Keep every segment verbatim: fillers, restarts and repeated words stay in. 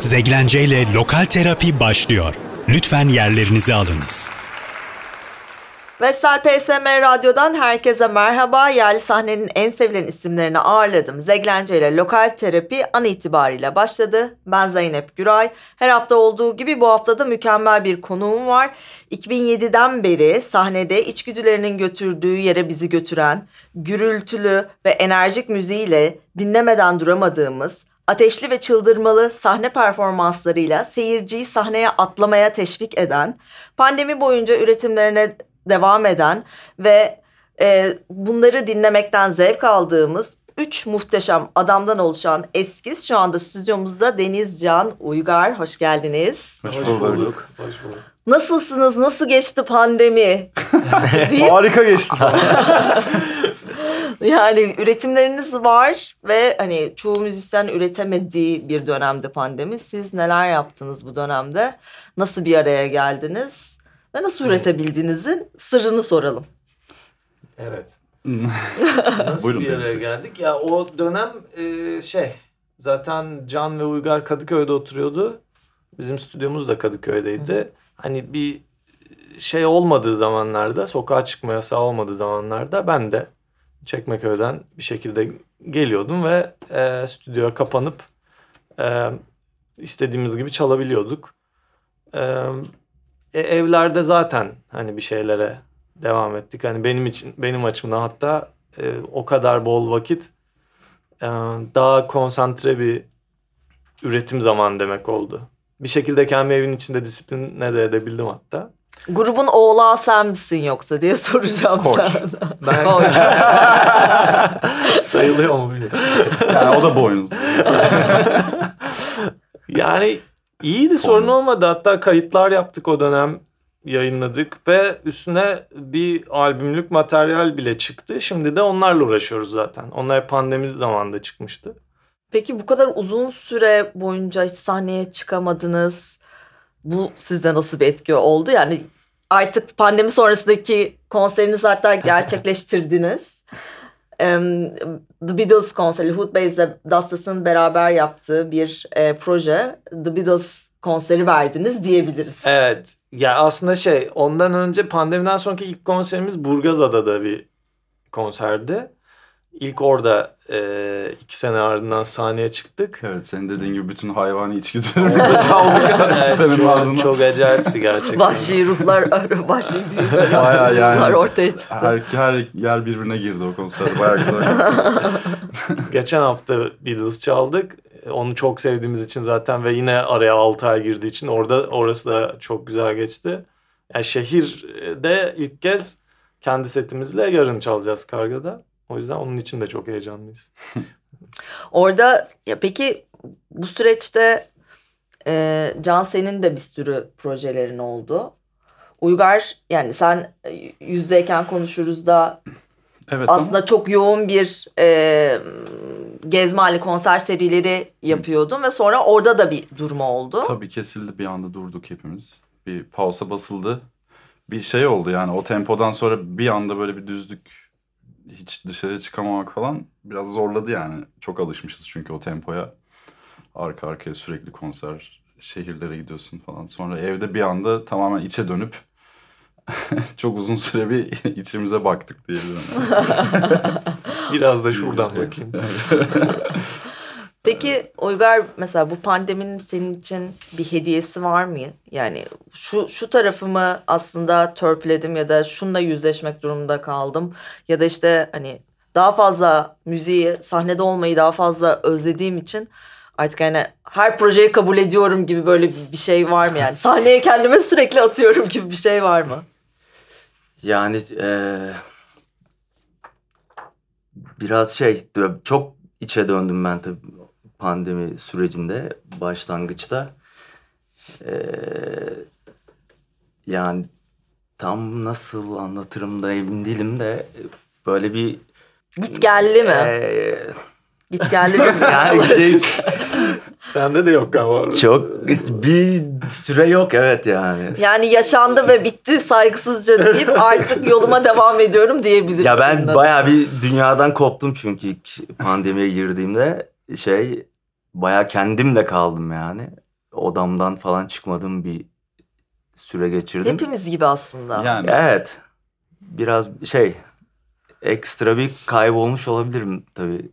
Zeglence ile Lokal Terapi başlıyor. Lütfen yerlerinizi alınız. Vestel P S M Radyo'dan herkese merhaba. Yerli sahnenin en sevilen isimlerini ağırladım. Zeglence ile Lokal Terapi an itibariyle başladı. Ben Zeynep Güray. Her hafta olduğu gibi bu haftada mükemmel bir konuğum var. iki bin yediden beri sahnede içgüdülerinin götürdüğü yere bizi götüren, gürültülü ve enerjik müziğiyle dinlemeden duramadığımız, ateşli ve çıldırmalı sahne performanslarıyla seyirciyi sahneye atlamaya teşvik eden, pandemi boyunca üretimlerine devam eden ve e, bunları dinlemekten zevk aldığımız üç muhteşem adamdan oluşan eskiz şu anda stüdyomuzda Denizcan Uygar. Hoş geldiniz. Hoş bulduk. Hoş bulduk. Nasılsınız? Nasıl geçti pandemi? Harika geçti. Yani üretimleriniz var ve hani çoğu müzisyen üretemediği bir dönemde pandemi. Siz neler yaptınız bu dönemde? Nasıl bir araya geldiniz? Ve nasıl üretebildiğinizin sırrını soralım. Evet. Nasıl Buyurun, bir araya geldik? Ya o dönem e, şey zaten Can ve Uygar Kadıköy'de oturuyordu. Bizim stüdyomuz da Kadıköy'deydi. Hı. Hani bir şey olmadığı zamanlarda, sokağa çıkma yasağı olmadığı zamanlarda ben de Çekmeköy'den bir şekilde geliyordum ve e, stüdyoya kapanıp e, istediğimiz gibi çalabiliyorduk. E, e, evlerde zaten hani bir şeylere devam ettik. Hani benim için, benim açımdan hatta e, o kadar bol vakit e, daha konsantre bir üretim zamanı demek oldu. Bir şekilde kendi evin içinde disipline de edebildim hatta. Grubun oğlağı sen misin yoksa diye soracağım. Koç. Ben Koç. Sayılıyor mu bilmiyorum. Yani o da boynuzlu. Yani iyiydi, sorun olmadı. Hatta kayıtlar yaptık o dönem, yayınladık ve üstüne bir albümlük materyal bile çıktı. Şimdi de onlarla uğraşıyoruz zaten. Onlar pandemi zamanında çıkmıştı. Peki bu kadar uzun süre boyunca hiç sahneye çıkamadınız. Bu size nasıl bir etki oldu? Yani artık pandemi sonrasındaki konserinizi hatta gerçekleştirdiniz. um, The Beatles konseri, Hood Bass'le Dastas'ın beraber yaptığı bir e, proje. The Beatles konseri verdiniz diyebiliriz. Evet. Ya aslında şey, ondan önce pandemiden sonraki ilk konserimiz Burgazada'da bir konserdi. İlk orada e, iki sene ardından sahneye çıktık. Evet, senin dediğin gibi bütün hayvani içgüdülerimizle çaldık. Evet, iki senenin çok, ardından. Çok acayipti gerçekten. Vahşi ruhlar, vahşi büyüler, Bayağı yani, ruhlar ortaya çıktı. Her, her yer birbirine girdi o konserde. Bayağı güzel. Geçen hafta Beatles çaldık. Onu çok sevdiğimiz için zaten ve yine araya altı ay girdiği için orada orası da çok güzel geçti. Yani şehirde ilk kez kendi setimizle yarın çalacağız Karga'da. O yüzden onun için de çok heyecanlıyız. Orada ya peki bu süreçte e, Can senin de bir sürü projelerin oldu. Uygar, yani sen yüzdeyken konuşuruz da Evet, aslında ama çok yoğun bir e, gezme hali konser serileri yapıyordun ve sonra orada da bir durma oldu. tabii kesildi, bir anda durduk hepimiz. Bir pausa basıldı. Bir şey oldu yani, o tempodan sonra bir anda böyle bir düzlük, hiç dışarı çıkamamak falan biraz zorladı yani. Çok alışmışız çünkü o tempoya. Arka arkaya sürekli konser, şehirlere gidiyorsun falan. Sonra evde bir anda tamamen içe dönüp çok uzun süre bir içimize baktık diyebilirim. Biraz da şuradan bakayım. Peki Uygar, mesela bu pandeminin senin için bir hediyesi var mı? Yani şu şu tarafımı aslında törpüledim ya da şununla yüzleşmek durumunda kaldım. Ya da işte hani daha fazla müziği, sahnede olmayı daha fazla özlediğim için artık hani her projeyi kabul ediyorum gibi böyle bir şey var mı yani? Sahneye kendime sürekli atıyorum gibi bir şey var mı? Yani eee, biraz şey, çok içe döndüm ben tabii pandemi sürecinde, başlangıçta. Eee, yani tam nasıl anlatırım da emin değilim de böyle bir... Git geldi mi? Eee, Git geldi mi? yani şey, Sende de yok galiba. çok bir süre yok, evet yani. Yani yaşandı ve bitti saygısızca deyip artık yoluma devam ediyorum diyebilirsin. Ya ben de. bayağı bir dünyadan koptum çünkü ilk pandemiye girdiğimde şey, bayağı kendimle kaldım yani. odamdan falan çıkmadığım bir süre geçirdim. Hepimiz gibi aslında. Yani Evet. Biraz şey ekstra bir kaybolmuş olabilirim tabii.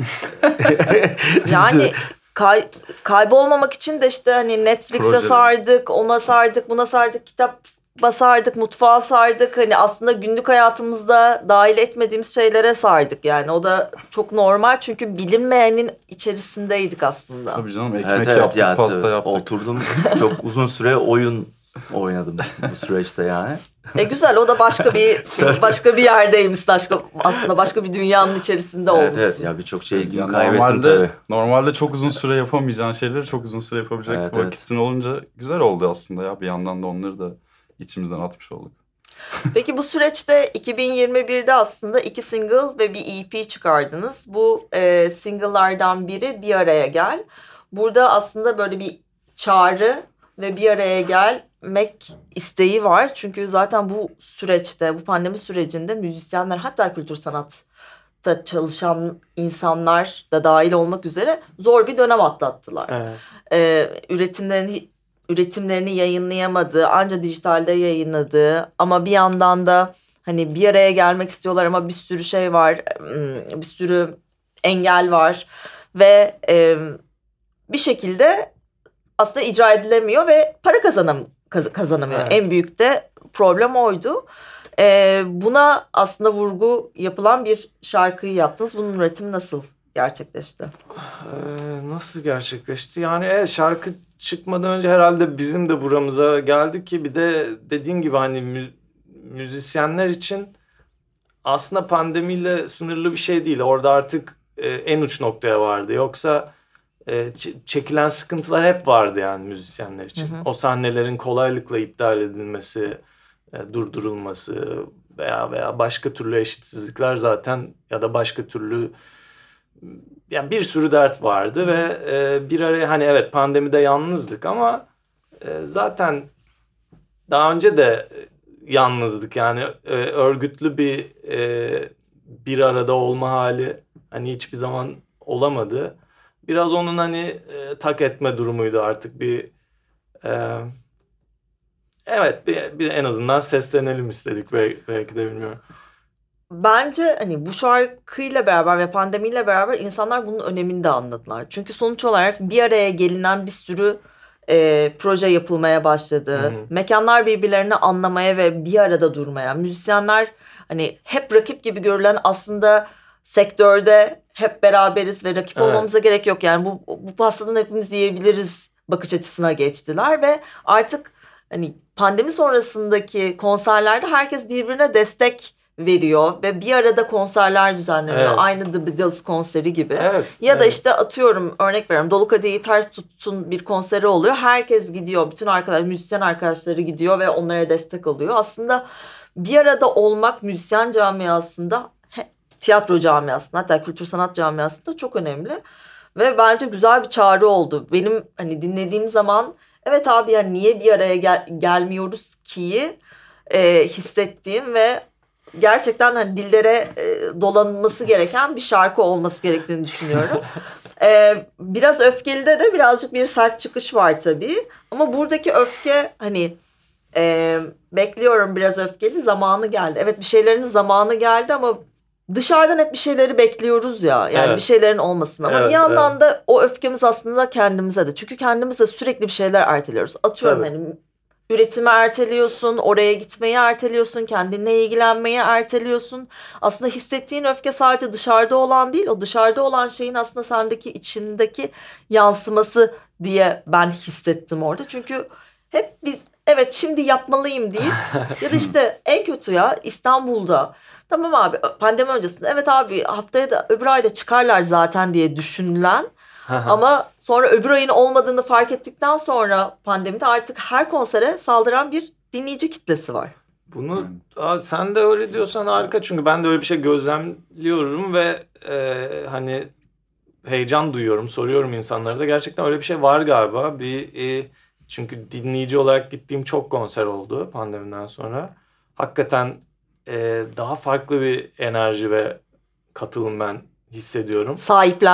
Yani kay, kaybolmamak için de işte hani Netflix'e Projeler. sardık, ona sardık, buna sardık, kitap basardık, mutfağa sardık. Hani aslında günlük hayatımızda dahil etmediğimiz şeylere sardık. Yani o da çok normal çünkü bilinmeyenin içerisindeydik aslında. tabii canım ekmek Evet, evet, yaptık, ya, pasta tabii. yaptık. Oturdum çok uzun süre oyun oynadım bu süreçte yani. E güzel, o da başka bir başka bir yerdeymiş, başka aslında başka bir dünyanın içerisinde Evet, olmuşsun. evet ya birçok şey Yani kaybettim normalde, tabii. normalde çok uzun süre yapamayacağın şeyleri çok uzun süre yapabilecek Evet, evet. vakitin olunca güzel oldu aslında ya. Bir yandan da onları da içimizden atmış olduk. Peki bu süreçte iki bin yirmi birde aslında iki single ve bir E P çıkardınız. Bu e, single'lardan biri Bir Araya Gel. Burada aslında böyle bir çağrı ve bir araya gelmek isteği var. Çünkü zaten bu süreçte, bu pandemi sürecinde müzisyenler, hatta kültür sanatta çalışan insanlar da dahil olmak üzere zor bir dönem atlattılar. Evet. Ee, üretimlerini üretimlerini yayınlayamadığı, anca dijitalde yayınladığı ama bir yandan da hani bir araya gelmek istiyorlar ama bir sürü şey var, hmm, bir sürü engel var ve e, bir şekilde aslında icra edilemiyor ve para kazanam kaz- kazanamıyor. Evet. En büyük de problem oydu. Ee, buna aslında vurgu yapılan bir şarkıyı yaptınız. Bunun üretimi nasıl gerçekleşti? Ee, nasıl gerçekleşti? Yani evet, şarkı çıkmadan önce herhalde bizim de buramıza geldi ki bir de dediğin gibi hani mü- müzisyenler için aslında pandemiyle sınırlı bir şey değil. Orada artık e, en uç noktaya vardı. Yoksa e, ç- çekilen sıkıntılar hep vardı yani müzisyenler için. Hı hı. O sahnelerin kolaylıkla iptal edilmesi, e, durdurulması veya veya başka türlü eşitsizlikler zaten ya da başka türlü yani bir sürü dert vardı ve e, bir araya hani evet pandemide yalnızdık ama e, zaten daha önce de yalnızdık yani e, örgütlü bir e, bir arada olma hali hani hiçbir zaman olamadı. Biraz onun hani e, tak etme durumuydu artık bir e, evet bir, bir en azından seslenelim istedik belki, belki de bilmiyorum. Bence hani bu şarkıyla beraber ve pandemiyle beraber insanlar bunun önemini de anladılar. Çünkü sonuç olarak bir araya gelinen bir sürü e, proje yapılmaya başladı. Hı hı. Mekanlar birbirlerini anlamaya ve bir arada durmaya. Müzisyenler hani hep rakip gibi görülen aslında sektörde hep beraberiz ve rakip Evet. olmamıza gerek yok. Yani bu, bu pastadan hepimiz yiyebiliriz bakış açısına geçtiler ve artık hani pandemi sonrasındaki konserlerde herkes birbirine destek veriyor ve bir arada konserler düzenleniyor. Evet. Aynı The Beatles konseri gibi. Evet. Ya da evet. işte atıyorum, örnek veriyorum, Dolu Kadehi Ters Tutun bir konseri oluyor. Herkes gidiyor. Bütün arkadaş, müzisyen arkadaşları gidiyor ve onlara destek oluyor. Aslında bir arada olmak müzisyen camiasında, he- tiyatro camiasında, hatta kültür sanat camiasında çok önemli. Ve bence güzel bir çağrı oldu. Benim hani dinlediğim zaman evet abi yani niye bir araya gel- gelmiyoruz ki e, hissettiğim ve gerçekten hani dillere e, dolanması gereken bir şarkı olması gerektiğini düşünüyorum. e, biraz öfkelide de birazcık bir sert çıkış var tabii. Ama buradaki öfke hani e, bekliyorum, biraz öfkeli, zamanı geldi. Evet, bir şeylerin zamanı geldi ama dışarıdan hep bir şeyleri bekliyoruz ya. Yani Evet. bir şeylerin olmasını. Ama Evet, bir yandan evet. da o öfkemiz aslında kendimize de. Çünkü kendimiz de sürekli bir şeyler erteliyoruz. Atıyorum Tabii. hani üretimi erteliyorsun, oraya gitmeyi erteliyorsun, kendinle ilgilenmeyi erteliyorsun. Aslında hissettiğin öfke sadece dışarıda olan değil, o dışarıda olan şeyin aslında sendeki içindeki yansıması diye ben hissettim orada. Çünkü hep biz evet şimdi yapmalıyım deyip ya da işte en kötü ya İstanbul'da tamam abi pandemi öncesinde evet abi haftaya da öbür ayda çıkarlar zaten diye düşünülen ama sonra öbür ayın olmadığını fark ettikten sonra pandemide artık her konsere saldıran bir dinleyici kitlesi var. Bunu aa, sen de öyle diyorsan harika çünkü ben de öyle bir şey gözlemliyorum ve e, hani heyecan duyuyorum, soruyorum insanlara da gerçekten öyle bir şey var galiba. Bir e, çünkü dinleyici olarak gittiğim çok konser oldu pandemiden sonra. Hakikaten e, daha farklı bir enerji ve katılım ben hissediyorum. Sahiplenme.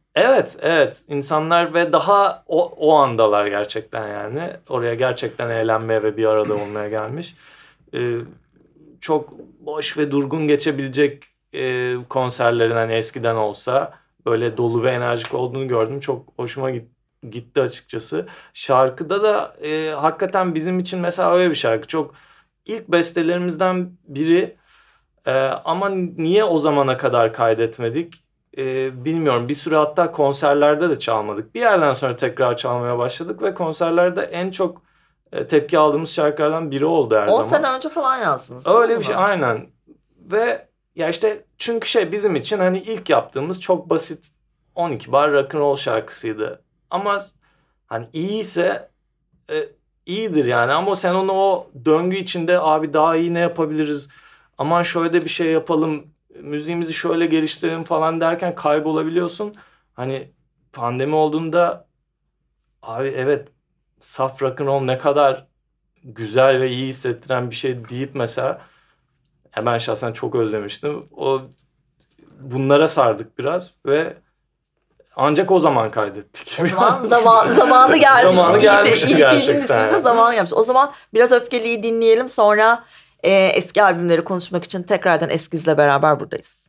Evet, evet. İnsanlar ve daha o, o andalar gerçekten yani. Oraya gerçekten eğlenmeye ve bir arada olmaya gelmiş. Ee, çok boş ve durgun geçebilecek e, konserlerin hani eskiden olsa böyle dolu ve enerjik olduğunu gördüm. Çok hoşuma git, gitti açıkçası. Şarkıda da e, hakikaten bizim için mesela öyle bir şarkı. Çok ilk bestelerimizden biri e, ama niye o zamana kadar kaydetmedik? Ee, bilmiyorum. Bir süre hatta konserlerde de çalmadık. Bir yerden sonra tekrar çalmaya başladık ve konserlerde en çok e, tepki aldığımız şarkılardan biri oldu her on zaman. sene önce falan yazdınız. Öyle bir şey, aynen. Ve ya işte çünkü şey bizim için hani ilk yaptığımız çok basit on iki bar rock'n'roll şarkısıydı. Ama hani iyiyse e, iyidir yani, ama sen onu o döngü içinde abi daha iyi ne yapabiliriz? Aman şöyle de bir şey yapalım, müziğimizi şöyle geliştirelim falan derken kaybolabiliyorsun. Hani pandemi olduğunda abi evet, saf rock'n'roll ne kadar güzel ve iyi hissettiren bir şey deyip mesela ya ben şahsen çok özlemiştim. O bunlara sardık biraz ve ancak o zaman kaydettik. O zaman zaman, zamanı gelmiş. Zamanı gelmişti İyi, gerçekten. İyi ismi de zamanı gelmiş. O zaman biraz Öfkeli'yi dinleyelim. Sonra e, eski albümleri konuşmak için tekrardan Eskiz'le beraber buradayız.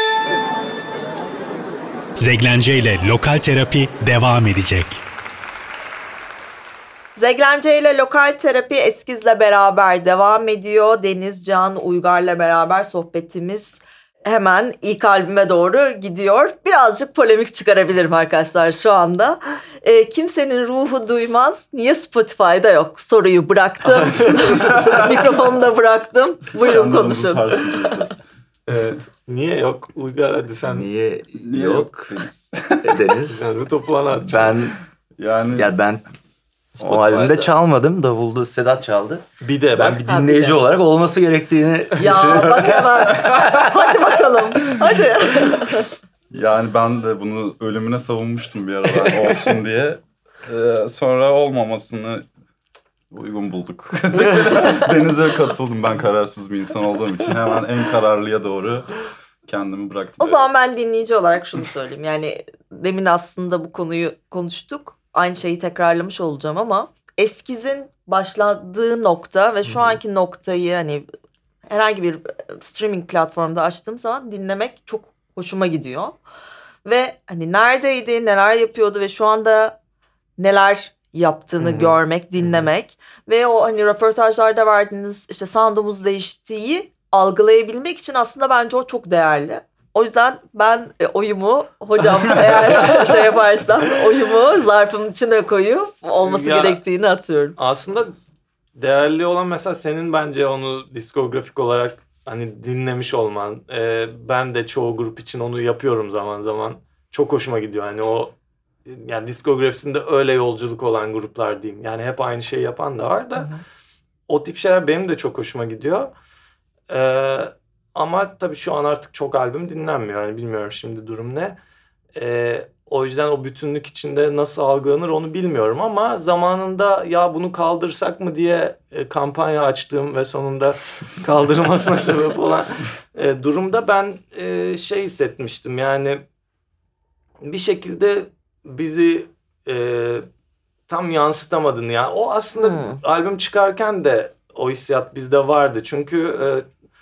Zeglence ile Lokal Terapi devam edecek. Zeglence ile Lokal Terapi Eskiz'le beraber devam ediyor. Deniz Can Uygar'la beraber sohbetimiz hemen ilk albüme doğru gidiyor. Birazcık polemik çıkarabilirim arkadaşlar şu anda. E, kimsenin ruhu duymaz. Niye Spotify'da yok? Soruyu bıraktım. Mikrofonu da bıraktım. Buyurun konuşun. Evet. Niye yok? Uygar hadi sen. Niye, Niye yok? yok? Deniz. Yani bu topu bana atacağım. Ben Yani ya ben o Spotify'da. albümde çalmadım. Davulda Sedat çaldı. Bir de Ben ben bir Ha, bir dinleyici de. olarak olması gerektiğini Ya bak hemen. Hadi bakalım. Hadi. yani ben de bunu ölümüne savunmuştum bir aralar olsun diye. Ee, sonra olmamasını uygun bulduk. Deniz'e katıldım, ben kararsız bir insan olduğum için hemen en kararlıya doğru kendimi bıraktım. O zaman ben dinleyici olarak şunu söyleyeyim. Yani demin aslında bu konuyu konuştuk. Aynı şeyi tekrarlamış olacağım ama Eskiz'in başladığı nokta ve şu anki noktayı hani herhangi bir streaming platformda açtığım zaman dinlemek çok hoşuma gidiyor. Ve hani neredeydi, neler yapıyordu ve şu anda neler yaptığını Hı hı. görmek, dinlemek ve o hani röportajlarda verdiğiniz işte sound'umuz değiştiği algılayabilmek için aslında bence o çok değerli. O yüzden ben e, oyumu hocam eğer şey yaparsan oyumu zarfımın içine koyup olması Ya, gerektiğini atıyorum. aslında değerli olan mesela senin bence onu diskografik olarak hani dinlemiş olman. Ee, ben de çoğu grup için onu yapıyorum zaman zaman. Çok hoşuma gidiyor. Hani o yani diskografisinde öyle yolculuk olan gruplar diyeyim. Yani hep aynı şeyi yapan da var da. Hı hı. O tip şeyler benim de çok hoşuma gidiyor. Ee, ama tabii şu an artık çok albüm dinlenmiyor. Yani bilmiyorum şimdi durum ne. Ee, o yüzden o bütünlük içinde nasıl algılanır onu bilmiyorum. Ama zamanında ya bunu kaldırsak mı diye e, kampanya açtığım ve sonunda kaldırılmasına sebep olan e, durumda ben e, şey hissetmiştim. Yani bir şekilde bizi e, tam yansıtamadın ya. O aslında Hmm. albüm çıkarken de o hissiyat bizde vardı. Çünkü e,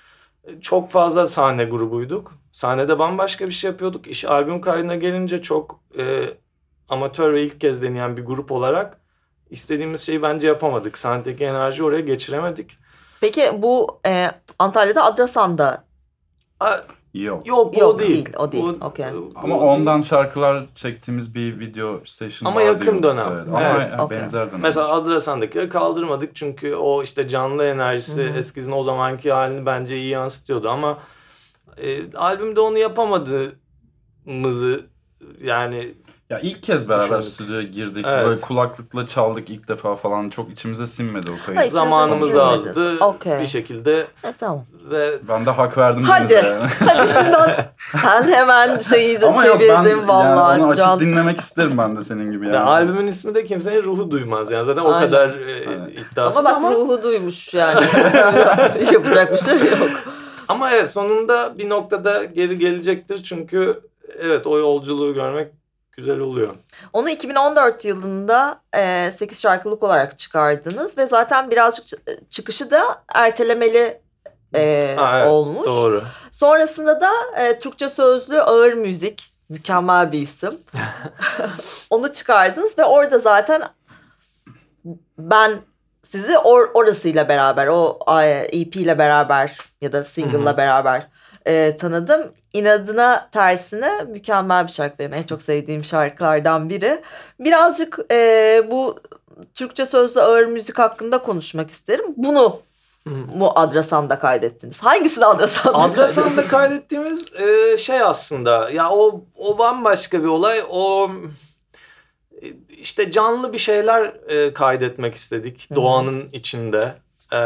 çok fazla sahne grubuyduk. Sahnede bambaşka bir şey yapıyorduk. İş albüm kaydına gelince çok e, amatör ve ilk kez deneyen bir grup olarak istediğimiz şeyi bence yapamadık. Sahnedeki enerji oraya geçiremedik. Peki bu e, Antalya'da Adrasan'da A, Yok. yok, Yok, o değil. değil, o değil. Okey. Ama o ondan değil. şarkılar çektiğimiz bir video session Ama vardı yakın YouTube'da, dönem. evet. Ama Evet, yani okey. benzer dönem. Mesela Adrasan'dakileri kaldırmadık çünkü o işte canlı enerjisi Hı hı. Eskiz'in o zamanki halini bence iyi yansıtıyordu ama e, albümde onu yapamadığımızı yani Ya ilk kez beraber Düşündük. stüdyoya girdik. Evet. Böyle kulaklıkla çaldık ilk defa falan. Çok içimize sinmedi o kayıt. Hayır, zamanımız İçinize azdı sinmedi. Okey. bir şekilde E, tamam. ve Ben de hak verdim Hadi. Deniz'e yani. Hadi şimdi o- sen hemen şeyi de Ama yok, ben çevirdin yani vallahi. onu açıp Can. dinlemek isterim ben de senin gibi yani. ya albümün ismi de kimsenin ruhu duymaz yani zaten o Aynen. kadar e, Aynen. iddiasız Ama ama bak ruhu duymuş yani. Yapacak bir şey yok. ama evet sonunda bir noktada geri gelecektir çünkü evet o yolculuğu görmek güzel oluyor. Onu iki bin on dört yılında e, sekiz şarkılık olarak çıkardınız ve zaten birazcık çı- çıkışı da ertelemeli e, Ha, evet, olmuş. Doğru. Sonrasında da e, Türkçe sözlü ağır müzik, mükemmel bir isim. Onu çıkardınız ve orada zaten ben sizi or- orasıyla beraber, o E P ile beraber ya da single'la Hı hı. beraber e, tanıdım. İnadına Tersine mükemmel bir şarkı, benim en çok sevdiğim şarkılardan biri. Birazcık e, bu Türkçe sözlü ağır müzik hakkında konuşmak isterim. Bunu Hı hı. mu Adrasan'da kaydettiniz? Hangisini Adrasan'da kaydettiniz? Adrasan'da kaydettiğimiz e, şey aslında ya o o bambaşka bir olay. O e, işte canlı bir şeyler e, kaydetmek istedik Hı hı. doğanın içinde. E,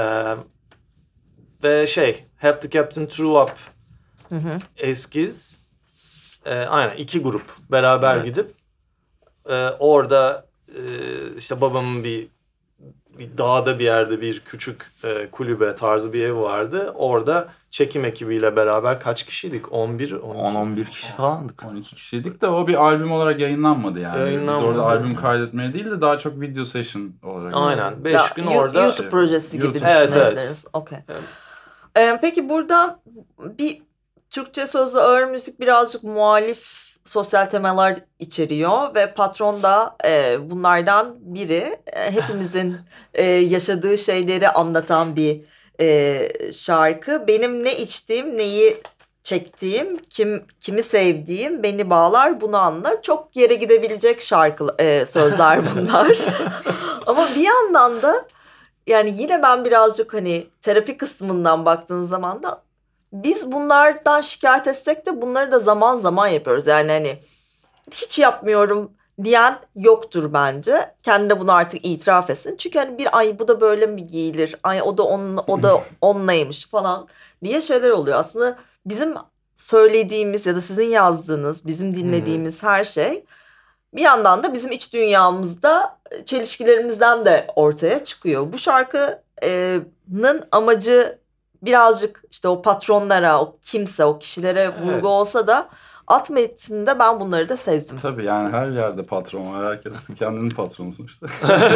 ve şey Help the Captain True Up Hı hı. eskiz. E, aynen iki grup beraber Evet. gidip e, orada e, işte babamın bir bir dağda bir yerde bir küçük e, kulübe tarzı bir ev vardı. Orada çekim ekibiyle beraber kaç kişiydik? on bir, on iki. on on bir kişi falandık. on iki kişiydik de o bir albüm olarak yayınlanmadı yani. Yayınlanmadı. Biz orada albüm kaydetmeye değil de daha çok video session olarak. Aynen. Beş Ya, gün Yu- orada. YouTube şey- projesi gibi YouTube. Evet, düşünebiliriz. Okey. Evet. Ee, peki burada bir Türkçe sözlü ağır müzik birazcık muhalif sosyal temalar içeriyor ve Patron da e, bunlardan biri. E, hepimizin e, yaşadığı şeyleri anlatan bir e, şarkı. Benim ne içtiğim, neyi çektiğim, kim kimi sevdiğim beni bağlar, bunu anla. Çok yere gidebilecek şarkı e, sözler bunlar. Ama bir yandan da yani yine ben birazcık hani terapi kısmından baktığınız zaman da biz bunlardan şikayet etsek de bunları da zaman zaman yapıyoruz. Yani hani hiç yapmıyorum diyen yoktur bence. Kendi de bunu artık itiraf etsin. Çünkü hani bir ay bu da böyle mi giyilir? Ay o da onun, o da onlaymış falan diye şeyler oluyor. Aslında bizim söylediğimiz ya da sizin yazdığınız, bizim dinlediğimiz her şey bir yandan da bizim iç dünyamızda çelişkilerimizden de ortaya çıkıyor. Bu şarkının amacı birazcık işte o patronlara, o kimse, o kişilere vurgu Evet. olsa da alt metninde ben bunları da sezdim. Tabii yani her yerde patron var. Herkes kendinin patronusun işte.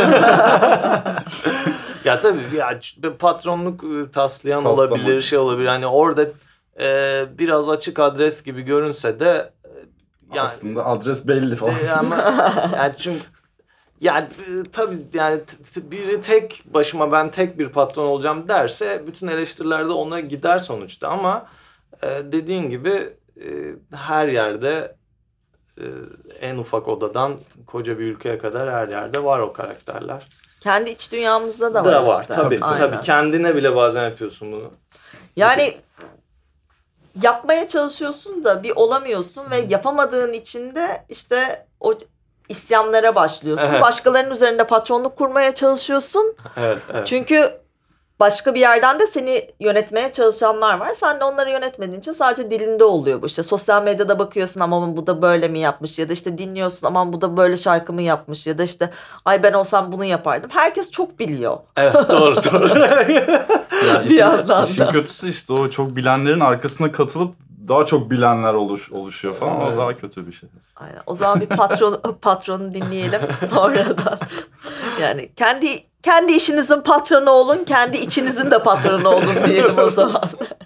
Ya tabii ya ç- patronluk e, taslayan Taslamak. olabilir, şey olabilir. Hani orada e, biraz açık adres gibi görünse de e, yani Aslında adres belli falan. e, ama yani çünkü yani e, tabii yani t- t- biri tek başıma ben tek bir patron olacağım derse bütün eleştiriler de ona gider sonuçta ama e, dediğin gibi e, her yerde e, en ufak odadan koca bir ülkeye kadar her yerde var o karakterler. Kendi iç dünyamızda da var, Da var işte. tabii Aynen. tabii kendine bile bazen yapıyorsun bunu. Yani yapmaya çalışıyorsun da bir olamıyorsun ve yapamadığın için de işte o isyanlara başlıyorsun. Evet. Başkalarının üzerinde patronluk kurmaya çalışıyorsun. Evet, evet. Çünkü başka bir yerden de seni yönetmeye çalışanlar var. Sen de onları yönetmediğin için sadece dilinde oluyor bu. İşte sosyal medyada bakıyorsun aman bu da böyle mi yapmış ya da işte dinliyorsun aman bu da böyle şarkı mı yapmış ya da işte ay ben olsam bunu yapardım. Herkes çok biliyor. Evet doğru doğru. Ya Bir işin, yandan işin da. kötüsü işte o çok bilenlerin arkasına katılıp daha çok bilenler oluş, oluşuyor falan. Evet. O daha kötü bir şey. Aynen. O zaman bir patron patronu dinleyelim sonradan. Yani kendi kendi işinizin patronu olun, kendi içinizin de patronu olun diyelim o zaman.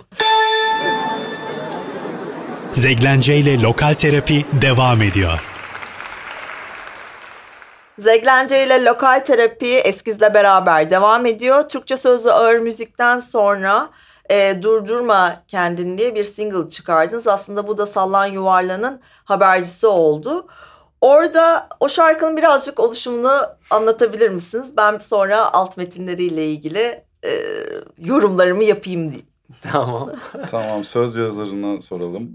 Zeglence ile Lokal Terapi devam ediyor. Zeglence ile Lokal Terapi Eskiz'le beraber devam ediyor. Türkçe sözlü ağır müzikten sonra e, Durdurma Kendini diye bir single çıkardınız. Aslında bu da Sallan Yuvarlan'ın habercisi oldu. Orada o şarkının birazcık oluşumunu anlatabilir misiniz? Ben sonra alt metinleriyle ilgili e, yorumlarımı yapayım diye. Tamam. Tamam, söz yazarına soralım.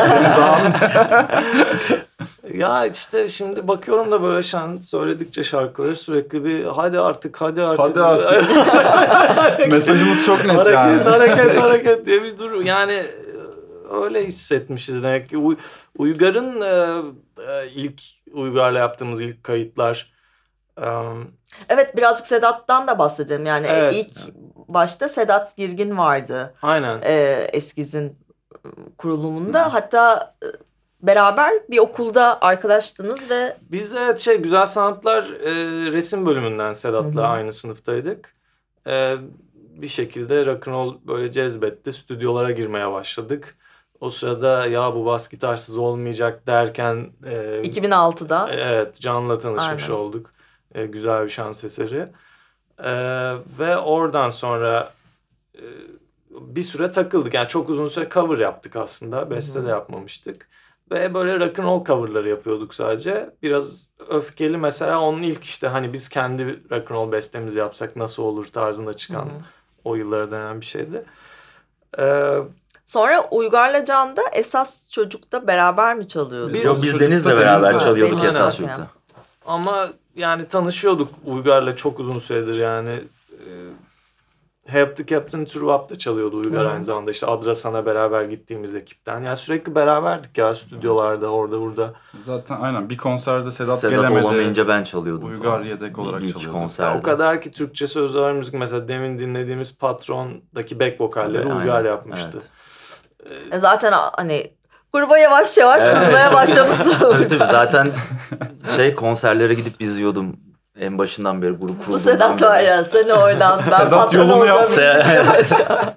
Ya işte şimdi bakıyorum da böyle şan söyledikçe şarkıları sürekli bir hadi artık hadi artık. Hadi artık. Mesajımız çok net hareket, yani. Hareket hareket diye bir durum. Yani öyle hissetmişiz demek ki. Uy- Uygar'ın e, e, ilk Uygar'la yaptığımız ilk kayıtlar. e, Evet, birazcık Sedat'tan da bahsedelim. Yani Evet. ilk başta Sedat Girgin vardı. aynen. e, Eskiz'in kurulumunda. Hatta e, beraber bir okulda arkadaştınız ve... Biz evet şey Güzel Sanatlar e, resim bölümünden Sedat'la Hı hı. aynı sınıftaydık. E, bir şekilde rock'n'roll böyle cezbetti. Stüdyolara girmeye başladık. O sırada ya bu bas gitarsız olmayacak derken... E, iki bin altıda. Evet, Can'la tanışmış Aynen. olduk. E, güzel bir şans eseri. E, ve oradan sonra e, bir süre takıldık. Yani çok uzun süre cover yaptık aslında. Beste Hı hı. de yapmamıştık. Ve böyle rock'n'roll coverları yapıyorduk sadece. Biraz öfkeli mesela onun ilk işte hani biz kendi rock'n'roll bestemizi yapsak nasıl olur tarzında çıkan Hı hı. o yıllara denen bir şeydi. E, Sonra Uygar'la Can da Esas Çocuk'ta beraber mi çalıyordunuz? Biz- Yok biz Çocukta Deniz'le Deniz'le- beraber Ha, çalıyorduk Deniz'le. esas Okey. çocukta. Ama yani tanışıyorduk Uygar'la çok uzun süredir yani. E, Help the Captain True Up'ta çalıyordu Uygar Hı hı. aynı zamanda. İşte Adrasan'a beraber gittiğimiz ekipten. Yani sürekli beraberdik ya stüdyolarda orada burada. Zaten aynen bir konserde Sedat, Sedat gelemedi. olamayınca ben çalıyordum Uygar falan. yedek olarak Bir iki çalıyordu. konserde. Ya o kadar ki Türkçe sözlü var müzik mesela demin dinlediğimiz Patron'daki back vokalleri Evet, Uygar aynen. yapmıştı. Evet. E zaten hani gruba yavaş yavaş Evet. sızmaya başlamışsın. Tabii tabii zaten şey konserlere gidip izliyordum en başından beri grup Bu kurulduğundan Sedat var beri. ya seni oradan ben Sedat patron yolunu olacağım. yaptı.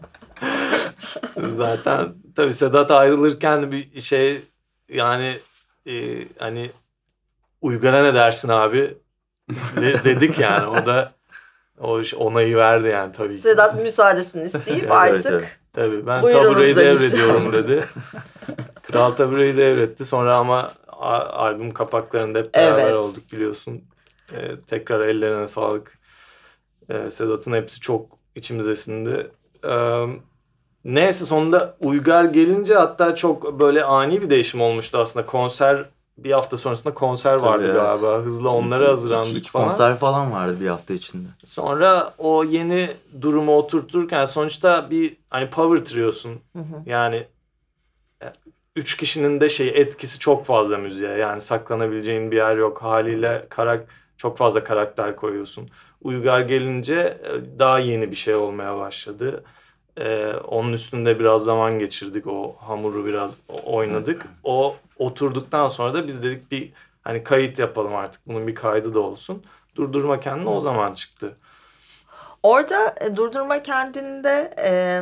Zaten tabii Sedat ayrılırken bir şey yani e, hani Uygar'a ne dersin abi de- dedik yani o da o iş- onayı verdi yani tabii ki. Sedat müsaadesini isteyip Evet, artık evet. Tabii ben Buyurunuz tabureyi demiş. devrediyorum dedi. Kral tabureyi devretti. Sonra ama a- albüm kapaklarında hep beraber Evet. olduk biliyorsun. Ee, tekrar ellerine sağlık. Ee, Sedat'ın hepsi çok içimize sindi. Ee, neyse sonunda Uygar gelince hatta çok böyle ani bir değişim olmuştu aslında. Konser bir hafta sonrasında konser Tabii, vardı evet. galiba. Hızla onlara İki- hazırlandık iki, iki falan. konser falan vardı bir hafta içinde. Sonra o yeni durumu oturturken sonuçta bir hani power trio'sun. Hı hı. Yani e, üç kişinin de şey etkisi çok fazla müziğe. Yani saklanabileceğin bir yer yok. Haliyle karak çok fazla karakter koyuyorsun. Uygar gelince e, daha yeni bir şey olmaya başladı. Ee, onun üstünde biraz zaman geçirdik. O hamuru biraz oynadık. O oturduktan sonra da biz dedik bir hani kayıt yapalım artık. Bunun bir kaydı da olsun. Durdurma kendini o zaman çıktı. Orada e, durdurma kendinde e,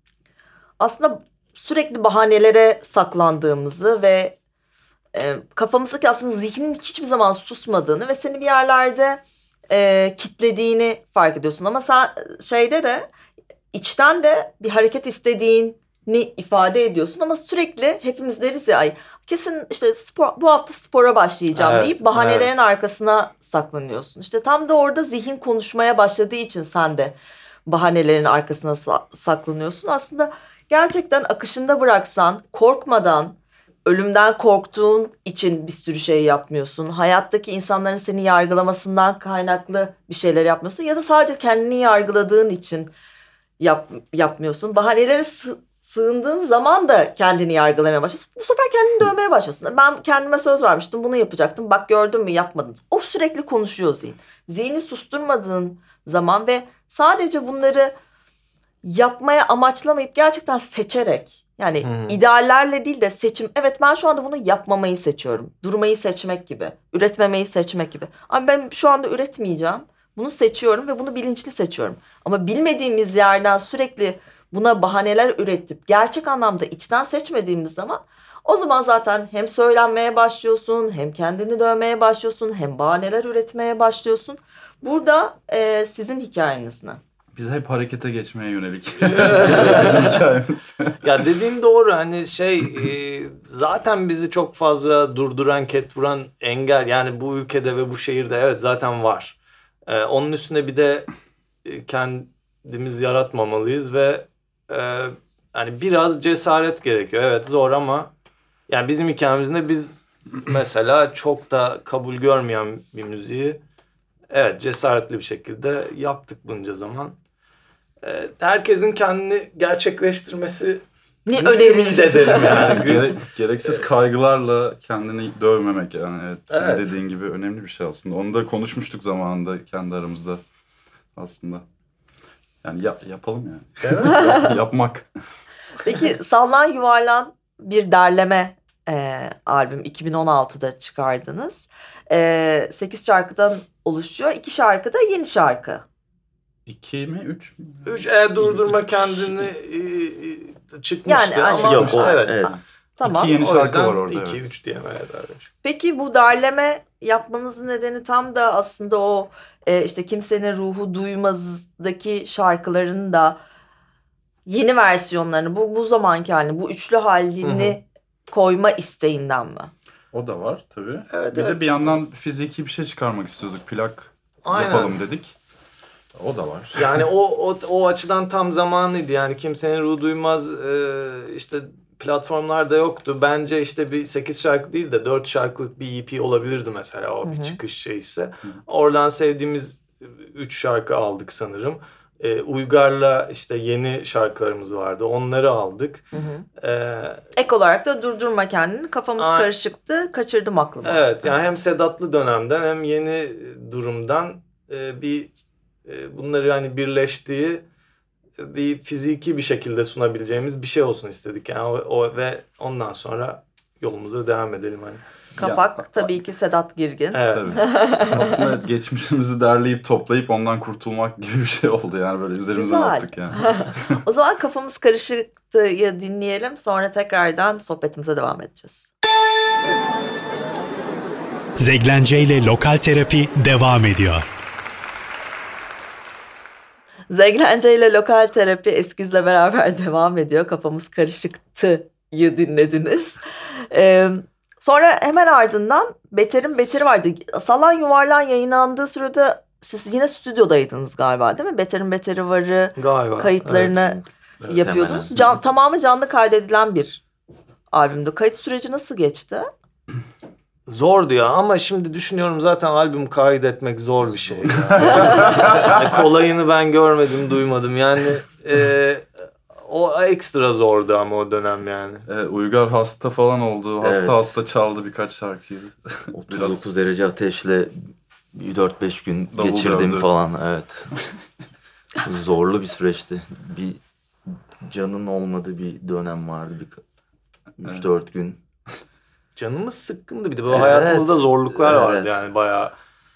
aslında sürekli bahanelere saklandığımızı ve e, kafamızdaki aslında zihnin hiçbir zaman susmadığını ve seni bir yerlerde e, kitlediğini fark ediyorsun. Ama sen şeyde de içten de bir hareket istediğini ifade ediyorsun ama sürekli hepimiz deriz ya ay kesin işte spor, bu hafta spora başlayacağım Evet, deyip bahanelerin evet. arkasına saklanıyorsun. İşte tam da orada zihin konuşmaya başladığı için sen de bahanelerin arkasına sa- saklanıyorsun. Aslında gerçekten akışında bıraksan, korkmadan, ölümden korktuğun için bir sürü şey yapmıyorsun. Hayattaki insanların seni yargılamasından kaynaklı bir şeyler yapmıyorsun ya da sadece kendini yargıladığın için yap, yapmıyorsun. Bahanelere sı- sığındığın zaman da kendini yargılamaya başlıyorsun. Bu sefer kendini dövmeye başlıyorsun. Ben kendime söz vermiştim, bunu yapacaktım. Bak gördün mü yapmadın. O sürekli konuşuyor zihin. Zihni susturmadığın zaman ve sadece bunları yapmaya amaçlamayıp gerçekten seçerek yani Hı. ideallerle değil de seçim. Evet ben şu anda bunu yapmamayı seçiyorum. Durmayı seçmek gibi. Üretmemeyi seçmek gibi. Ama ben şu anda üretmeyeceğim. Bunu seçiyorum ve bunu bilinçli seçiyorum. Ama bilmediğimiz yerden sürekli buna bahaneler üretip gerçek anlamda içten seçmediğimiz zaman o zaman zaten hem söylenmeye başlıyorsun, hem kendini dövmeye başlıyorsun, hem bahaneler üretmeye başlıyorsun. Burada e, sizin hikayeniz ne? Biz hep harekete geçmeye yönelik. Bizim hikayemiz. Ya dediğin doğru hani şey e, zaten bizi çok fazla durduran, ket vuran engel yani bu ülkede ve bu şehirde evet zaten var. E, onun üstüne bir de e, kendimiz yaratmamalıyız ve e, hani biraz cesaret gerekiyor. Evet zor ama yani bizim hikayemizde biz mesela çok da kabul görmeyen bir müziği evet cesaretli bir şekilde yaptık bunca zaman. E, herkesin kendini gerçekleştirmesi Ne ümit öneriniz? ederim yani. Gere- gereksiz kaygılarla kendini dövmemek yani evet, senin Evet. dediğin gibi önemli bir şey aslında. Onu da konuşmuştuk zamanında kendi aramızda aslında. Yani ya- yapalım yani. Evet. Yap- yapmak. Peki Sallan Yuvarlan bir derleme e, albüm iki bin on altıda çıkardınız. E, sekiz şarkıdan oluşuyor. iki şarkı da yeni şarkı. İki mi? Üç mü? Üç eğer durdurma kendini e, e, çıkmıştı Yani ama Yok, o- evet. evet. Tamam. İki yeni O şarkı yüzden var orada. iki evet. üç diyemeye dermiş. Peki bu derleme yapmanızın nedeni tam da aslında o e, işte Kimsenin Ruhu Duymaz'daki şarkıların da yeni versiyonlarını bu bu zamanki halini, bu üçlü halini koyma isteğinden mi? O da var tabii. Evet, bir evet. de bir yandan fiziki bir şey çıkarmak istiyorduk. Plak Aynen. yapalım dedik. O da var. Yani o, o o açıdan tam zamanıydı. Yani Kimsenin Ruhu Duymaz e, işte platformlarda yoktu. Bence işte bir sekiz şarkı değil de dört şarkılık bir E P olabilirdi mesela o Hı bir hı. çıkış şeyse. Oradan sevdiğimiz üç şarkı aldık sanırım. E, Uygar'la işte yeni şarkılarımız vardı. Onları aldık. Hı hı. E, Ek olarak da Durdurma Kendini, Kafamız Ay- Karışıktı, Kaçırdım Aklımı. evet yani hem Sedatlı dönemden hem yeni durumdan e, bir e, bunları yani birleştiği bir fiziki bir şekilde sunabileceğimiz bir şey olsun istedik. Yani o, o ve ondan sonra yolumuza devam edelim hani. Kapak Ya- tabii ki Sedat Girgin. Evet. Tabii. Aslında geçmişimizi derleyip toplayıp ondan kurtulmak gibi bir şey oldu yani böyle üzerimizden Güzel. attık yani. O zaman Kafamız Karışıktı'yı dinleyelim, sonra tekrardan sohbetimize devam edeceğiz. Zeglence ile Lokal Terapi devam ediyor. Zeglence ile Lokal Terapi Eskiz'le beraber devam ediyor. Kafamız Karışıktı'yı dinlediniz. Ee, sonra hemen ardından Beter'in Beteri vardı. Sallan Yuvarlan yayınlandığı sırada siz yine stüdyodaydınız galiba, değil mi? Beter'in Beteri varı Galiba. kayıtlarını Evet. yapıyordunuz. hemen. Can, tamamı canlı kaydedilen bir albümdü. Kayıt süreci nasıl geçti? Zordu ya ama şimdi düşünüyorum zaten albüm kaydetmek zor bir şey. Yani kolayını ben görmedim, duymadım. Yani e, o ekstra zordu ama o dönem yani. Evet, Uygar hasta falan oldu. Hasta Evet. hasta çaldı birkaç şarkıyı. otuz dokuz derece ateşle dört beş gün Davul geçirdim dövdü. falan, evet. Zorlu bir süreçti. Bir canın olmadığı bir dönem vardı, bir üç dört gün. Canımız sıkkındı bir de. Bu Evet. hayatımızda zorluklar Evet. vardı yani bayağı.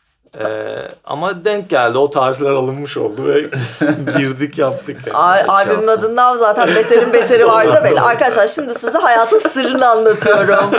Ee, ama denk geldi. O tarihler alınmış oldu ve girdik yaptık. Yani. Al- albümün hafta. adından zaten Beter'in Beteri vardı da belli. Arkadaşlar şimdi size hayatın sırrını anlatıyorum.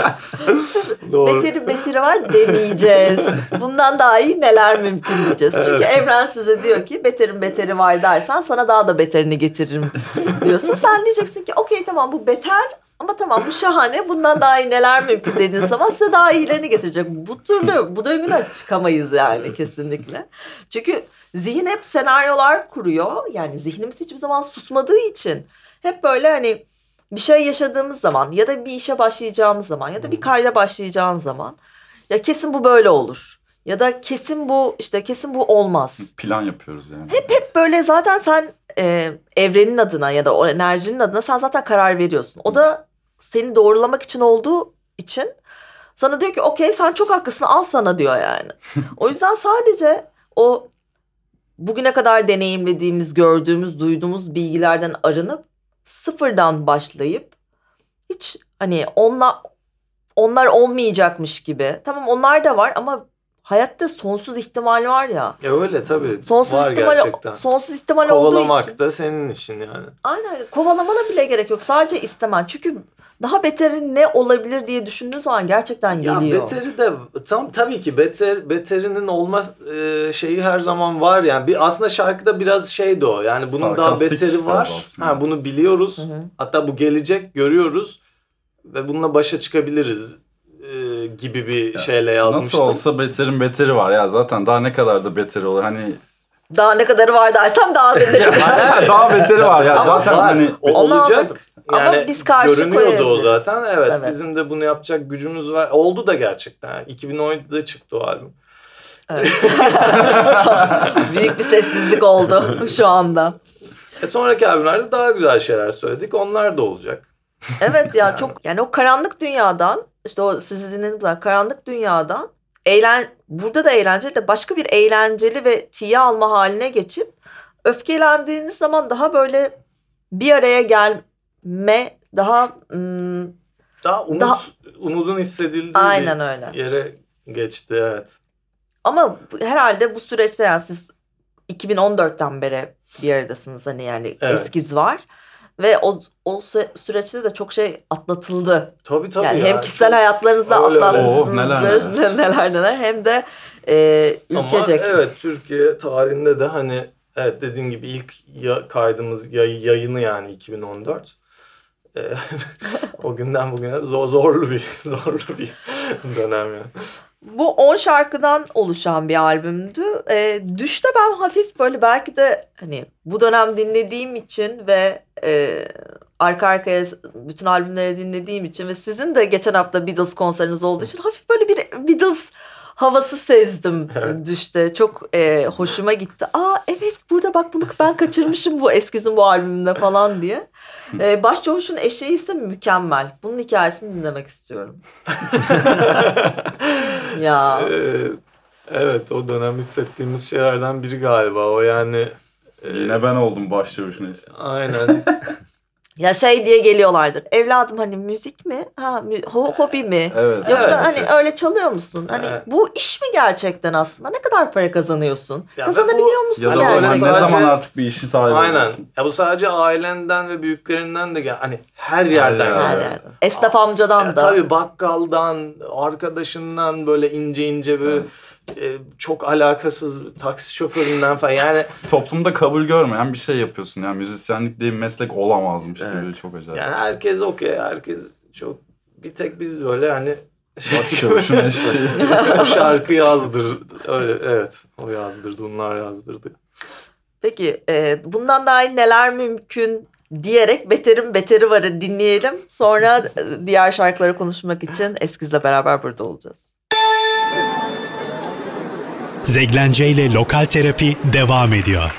Doğru. Beteri Beteri var demeyeceğiz. Bundan daha iyi neler mümkün diyeceğiz. Çünkü evren size diyor ki Beter'in Beteri var dersen sana daha da beterini getiririm diyorsun. Sen diyeceksin ki okey tamam bu beter ama tamam bu şahane, bundan daha iyi neler mümkün dediğin zaman size daha iyilerini getirecek. Bu türlü bu döngüden çıkamayız yani kesinlikle. Çünkü zihin hep senaryolar kuruyor. Yani zihnimiz hiçbir zaman susmadığı için hep böyle hani bir şey yaşadığımız zaman ya da bir işe başlayacağımız zaman ya da bir kayda başlayacağın zaman ya kesin bu böyle olur. Ya da kesin bu işte kesin bu olmaz. Plan yapıyoruz yani. Hep böyle zaten sen e, evrenin adına ya da o enerjinin adına sen zaten karar veriyorsun. O da seni doğrulamak için olduğu için sana diyor ki okey sen çok haklısın, al sana diyor yani. O yüzden sadece o bugüne kadar deneyimlediğimiz, gördüğümüz, duyduğumuz bilgilerden arınıp sıfırdan başlayıp hiç hani onlar, onlar olmayacakmış gibi. Tamam onlar da var ama hayatta sonsuz ihtimal var ya. Ya öyle tabii. Sonsuz var ihtimal, gerçekten. sonsuz ihtimal olduğu için. Kovalamak da senin işin yani. Aynen, kovalamana bile gerek yok. Sadece istemen. Çünkü daha beteri ne olabilir diye düşündüğün zaman gerçekten Ya geliyor. beteri de tam tabii ki beter beterinin olmaz e, şeyi her zaman var yani. Bir aslında şarkıda biraz şeydi o. Yani bunun daha Sarkastik beteri var. biraz aslında. Ha bunu biliyoruz. Hı hı. Hatta bu gelecek görüyoruz ve bununla başa çıkabiliriz e, gibi bir Ya, şeyle yazmıştım. Nasıl olsa beterin beteri var ya zaten daha ne kadar da beteri olur. Hani Daha ne kadarı var dersem daha beteri. daha beteri var ya Ama zaten var. hani O Onu olacak. anladım. Yani Ama biz karşı görünüyordu o koyabiliriz. zaten. Evet, Evet. bizim de bunu yapacak gücümüz var. Oldu da gerçekten. iki bin on yedide çıktı o albüm. Evet. Büyük bir sessizlik oldu şu anda. E sonraki albümlerde daha güzel şeyler söyledik. Onlar da olacak. Evet ya çok yani o karanlık dünyadan işte o sizi dinlediğimiz zaman karanlık dünyadan eğlen burada da eğlenceli de başka bir eğlenceli ve tiye alma haline geçip öfkelendiğiniz zaman daha böyle bir araya gelme, daha ım, Daha umut, Daha- umudun hissedildiği Aynen bir öyle. yere geçti, evet. Ama bu- herhalde bu süreçte yani siz iki bin on dörtten beri bir aradasınız hani yani Evet. eskiz var. Ve o, o sü- süreçte de çok şey atlatıldı. Tabii tabii yani ya. hem kişisel çok- hayatlarınızda Öyle öyle. atlatmışsınızdır. Oo, neler neler. neler neler. Hem de e, Ama ülkecek. evet, Türkiye tarihinde de hani evet dediğin gibi ilk ya- kaydımız yay- yayını yani iki bin on dört. Ee, o günden bugüne zor, zorlu bir zorlu bir dönem yani. Bu on şarkıdan oluşan bir albümdü. E, Düş'te ben hafif böyle belki de hani bu dönem dinlediğim için ve e, arka arkaya bütün albümleri dinlediğim için ve sizin de geçen hafta Beatles konseriniz olduğu için hafif böyle bir Beatles havası sezdim Evet. Düş'te. Çok e, hoşuma gitti. Aa evet burada bak bunu ben kaçırmışım bu eskizin bu albümünde falan diye. E, Başçavuş'un eşeği ise mükemmel. Bunun hikayesini dinlemek istiyorum. Ya. Ee, evet, o dönem hissettiğimiz şeylerden biri galiba o yani. e, Yine ben oldum başçavuşun. Aynen. Ya şey diye geliyorlardır. Evladım hani müzik mi? Ha mü- ho- hobi mi? Evet. Yoksa Evet. hani öyle çalıyor musun? Hani Evet. bu iş mi gerçekten aslında? Ne kadar para kazanıyorsun? Ya Kazanabiliyor bu- musun Ya da böyle öyle gerçekten? ne sadece- zaman artık bir işin sahibi Aynen. olacaksın. Ya bu sadece ailenden ve büyüklerinden de gel hani her yerden Her Her geliyor. yerden. Esnaf amcadan Ya da. tabii bakkaldan, arkadaşından böyle ince ince böyle e, çok alakasız taksi şoföründen falan yani Toplumda kabul görmeyen bir şey yapıyorsun. Yani müzisyenlik diye bir meslek olamazmış gibi. Evet. Çok acayip. yani herkes okey, herkes çok, bir tek biz böyle hani Başçavuşun eşeği. o şarkı yazdır öyle, evet, o yazdırdı, onlar yazdırdı. Peki e, bundan daha iyi neler mümkün diyerek beterin beteri varı dinleyelim. Sonra e, diğer şarkıları konuşmak için Eskiz'le beraber burada olacağız. Zeglence ile Lokal Terapi devam ediyor.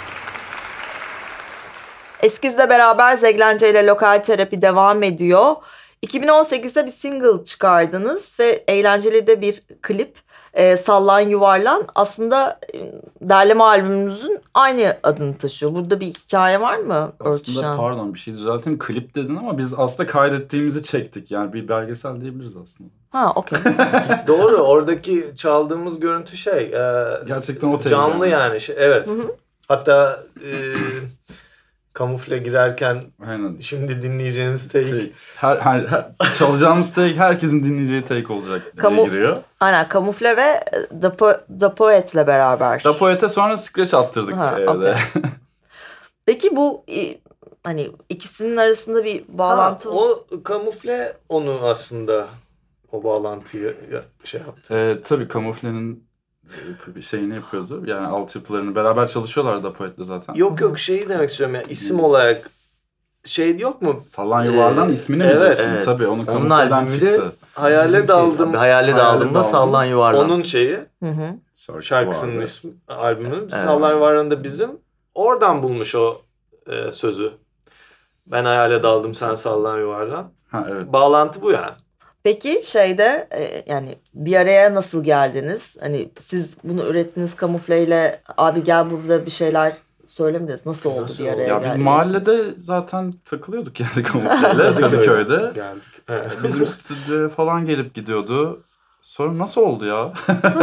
Eskiz'le beraber Zeglence ile Lokal Terapi devam ediyor. iki bin on sekizde bir single çıkardınız ve eğlenceli de bir klip. E, Sallan Yuvarlan aslında e, derleme albümünüzün aynı adını taşıyor. Burada bir hikaye var mı örtüşen? Aslında pardon bir şey düzelteyim. Klip dedin ama biz aslında kaydettiğimizi çektik. Yani bir belgesel diyebiliriz aslında. Ha okey. Doğru, oradaki çaldığımız görüntü şey e, Gerçekten o canlı yani. yani şey, evet. Hı hı. Hatta e, kamufle girerken Aynen. şimdi dinleyeceğiniz take. Şey, her, her, her, çalacağımız take herkesin dinleyeceği take olacak diye Kamu- giriyor. Aynen Kamufle ve The, Po- The Poet'le beraber. Da Poet'e sonra scratch attırdık Ha, evde. okey. Peki bu e, hani ikisinin arasında bir bağlantı Ha, mı? o kamufle onu aslında o bağlantıyı ya- şey yaptı. Ee, tabii kamuflenin e, bir şeyini yapıyordu. Yani altyapılarını beraber çalışıyorlar Da Poet'le zaten. Yok yok, şeyi demek istiyorum ya, isim olarak şey yok mu? Sallan Yuvarlan Ee, ismini evet, mi diyorsun? evet. Tabii onu Onun kamufleden albümü de- çıktı. Hayale Bizim şey, daldım. abi, hayale Hayale daldım da daldım. sallan yuvarlan. Onun şeyi, Hı hı. Şarkısı şarkısının vardı. ismi, albümünün. Evet. Sallar Varın da bizim. Oradan bulmuş o e, sözü. Ben hayale daldım, sen sallan yuvarlan. Ha evet. Bağlantı bu yani. Peki şeyde e, yani bir araya nasıl geldiniz? Hani siz bunu ürettiniz kamufleyle abi gel burada bir şeyler söylemediniz. Nasıl oldu Nasıl bir araya oldu? Ya biz geldiğiniz? mahallede zaten takılıyorduk yani kamufleyle Kadıköy'de. Geldik. Evet. Bizim stüdyoya falan gelip gidiyordu. Sonra nasıl oldu ya?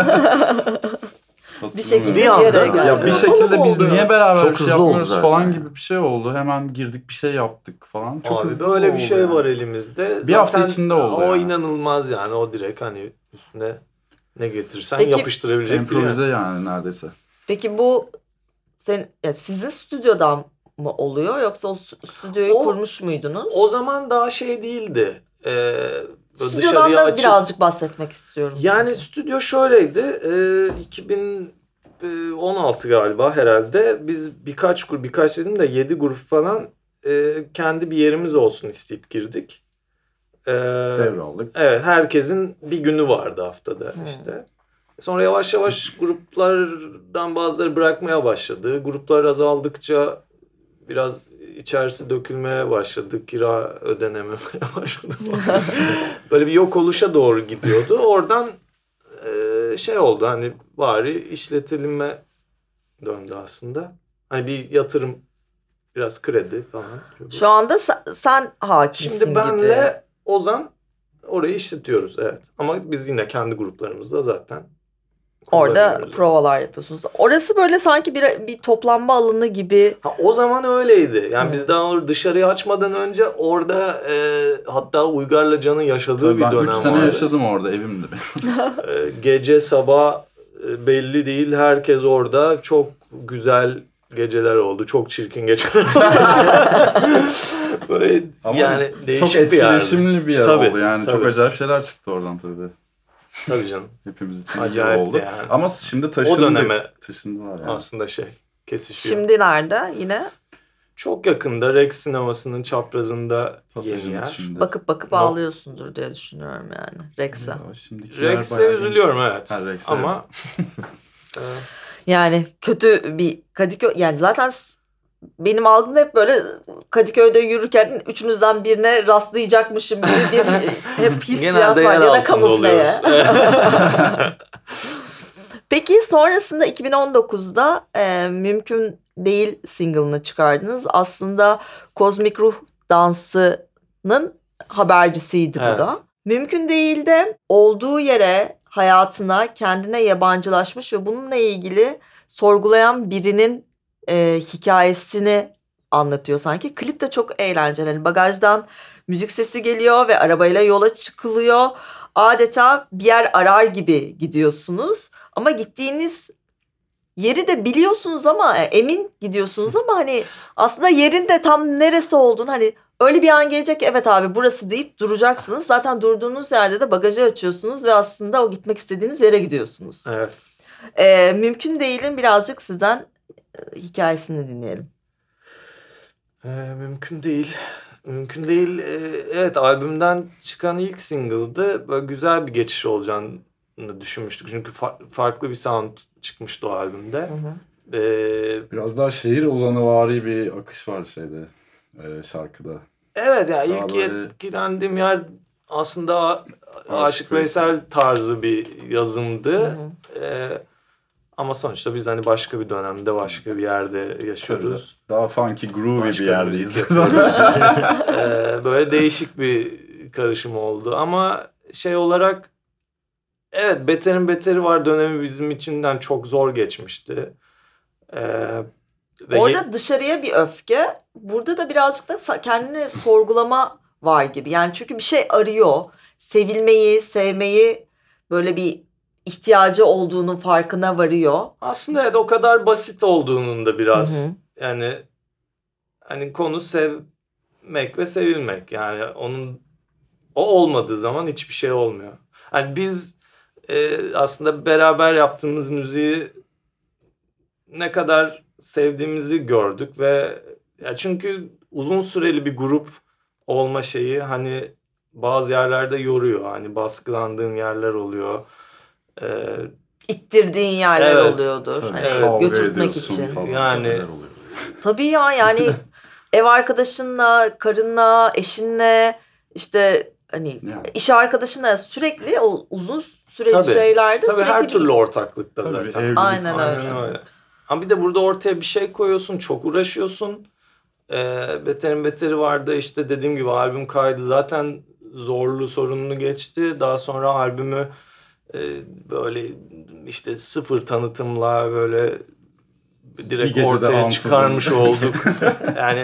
Bir şekilde Bir bir, anda- araya geldi. Ya bir Yapalım şekilde biz oldu ya. niye beraber Çok bir şey hızlı oldu yapmıyoruz zaten falan yani. gibi bir şey oldu. Hemen girdik bir şey yaptık falan. Çok Abi hızlı böyle bir oldu şey yani. var elimizde. Bir hafta içinde oldu O yani. inanılmaz yani, o direkt hani üstüne ne getirsen Peki- yapıştırabilecek bir Improvize yer. yani neredeyse. Peki bu sen, ya sizin stüdyodan mı oluyor yoksa o stü- stüdyoyu O- kurmuş muydunuz? O zaman daha şey değildi. Ee, böyle Stüdyodan dışarıya da açık. birazcık bahsetmek istiyorum. Yani çünkü. stüdyo şöyleydi. Ee, iki bin on altı galiba herhalde. Biz birkaç grup, birkaç dedim de yedi grup falan e, kendi bir yerimiz olsun isteyip girdik. Ee, Devraldık. Evet, herkesin bir günü vardı haftada Hmm. işte. Sonra yavaş yavaş gruplardan bazıları bırakmaya başladı. Gruplar azaldıkça biraz içerisi dökülmeye başladı. Kira ödenememeye başladı. Böyle bir yok oluşa doğru gidiyordu. Oradan e, şey oldu, hani bari işletilime döndü aslında. Hani bir yatırım, biraz kredi falan. Şu anda sen, sen hakimsin Şimdi benle gibi. Ozan orayı işletiyoruz, evet. Ama biz yine kendi gruplarımızda zaten Orada kullanıyoruz. provalar yapıyorsunuz. Orası böyle sanki bir bir toplanma alanı gibi. Ha, o zaman öyleydi. Yani Hmm. biz daha dışarıyı açmadan önce orada e, hatta Uygar'la Can'ın yaşadığı Tabii bir ben dönem üç sene vardı. yaşadım orada, evimde benim. E, gece sabah e, belli değil, herkes orada. Çok güzel geceler oldu. Çok çirkin geceler oldu. Böyle Ama yani çok değişik bir yerdi. etkileşimli bir yer Tabii, oldu yani. tabii. Çok acayip şeyler çıktı oradan tabii. Tabii canım. Hepimiz için iyi Acayipti oldu. yani. Ama şimdi taşındık. O döneme Taşındılar yani. aslında şey kesişiyor. Şimdi nerede yine? Çok yakında Rex sinemasının çaprazında Pasajın yeni yer. içinde. Bakıp bakıp Yok. ağlıyorsundur diye düşünüyorum yani. Rex'e. Ya, şimdiki yer Rex'e bayağı üzülüyorum, evet. Ha, Rex'e. Ama e, Yani kötü bir Kadıköy, yani zaten s- benim algımda hep böyle Kadıköy'de yürürken üçünüzden birine rastlayacakmışım gibi bir hep hissiyat genelde var yer ya da altında kamufleye. oluyoruz. Peki sonrasında iki bin on dokuzda e, Mümkün Değil single'ını çıkardınız. Aslında Kozmik Ruh Dansı'nın habercisiydi bu Evet. da. Mümkün Değil'de olduğu yere, hayatına, kendine yabancılaşmış ve bununla ilgili sorgulayan birinin e, hikayesini anlatıyor sanki. Klip de çok eğlenceli. Hani bagajdan müzik sesi geliyor ve arabayla yola çıkılıyor. Adeta bir yer arar gibi gidiyorsunuz. Ama gittiğiniz yeri de biliyorsunuz ama e, emin gidiyorsunuz ama hani aslında yerin de tam neresi olduğunu, hani öyle bir an gelecek ki evet abi burası deyip duracaksınız. Zaten durduğunuz yerde de bagajı açıyorsunuz ve aslında o gitmek istediğiniz yere gidiyorsunuz. Evet. Ee, Mümkün Değil'in birazcık sizden e, hikayesini dinleyelim. E, mümkün değil. Mümkün değil. E, evet, albümden çıkan ilk single'dı. Böyle güzel bir geçiş olacağını düşünmüştük. Çünkü fa- farklı bir sound çıkmıştı o albümde. Hı hı. E, Biraz daha şehir ozanıvari bir akış var şeyde, e, şarkıda. evet, yani Daha ilk böyle- etkilendiğim yer aslında A- Aşık Aşık Veysel tarzı bir yazımdı. Hı hı. E, ama sonuçta biz hani başka bir dönemde, başka bir yerde yaşıyoruz. Daha funky, groovy Başka bir yerdeyiz. müzik yapıyoruz. Ee, böyle değişik bir karışım oldu. Ama şey olarak evet, Beter'in Beteri var dönemi bizim içinden çok zor geçmişti. Ee, ve Orada ye- dışarıya bir öfke, burada da birazcık da sa- kendini sorgulama var gibi. Yani çünkü bir şey arıyor. Sevilmeyi, sevmeyi, böyle bir ihtiyacı olduğunun farkına varıyor. aslında evet, o kadar basit olduğunun da biraz Hı hı. yani hani konu sevmek ve sevilmek. Yani onun o olmadığı zaman hiçbir şey olmuyor. Yani biz e, aslında beraber yaptığımız müziği ne kadar sevdiğimizi gördük ve ya çünkü uzun süreli bir grup olma şeyi hani bazı yerlerde yoruyor. Hani baskılandığın yerler oluyor. Ee, İttirdiğin yerler Evet, oluyordur. Tabii, Hani kavga götürtmek ediyorsun için. falan, Yani- şeyler oluyor. Tabii ya, yani ev arkadaşınla, karınla, eşinle, işte hani Yani. iş arkadaşınla sürekli o uzun süreli Tabii. şeylerde tabii sürekli her bir- türlü ortaklıkta Tabii, zaten. evlilik Aynen falan. öyle. Aynen öyle. Ama bir de burada ortaya bir şey koyuyorsun, çok uğraşıyorsun. Ee, Beter'in Beteri vardı, işte dediğim gibi albüm kaydı zaten zorlu, sorunlu geçti. Daha sonra albümü e, böyle işte sıfır tanıtımla böyle Bir direkt gecede ortaya ansızın. çıkarmış olduk. Yani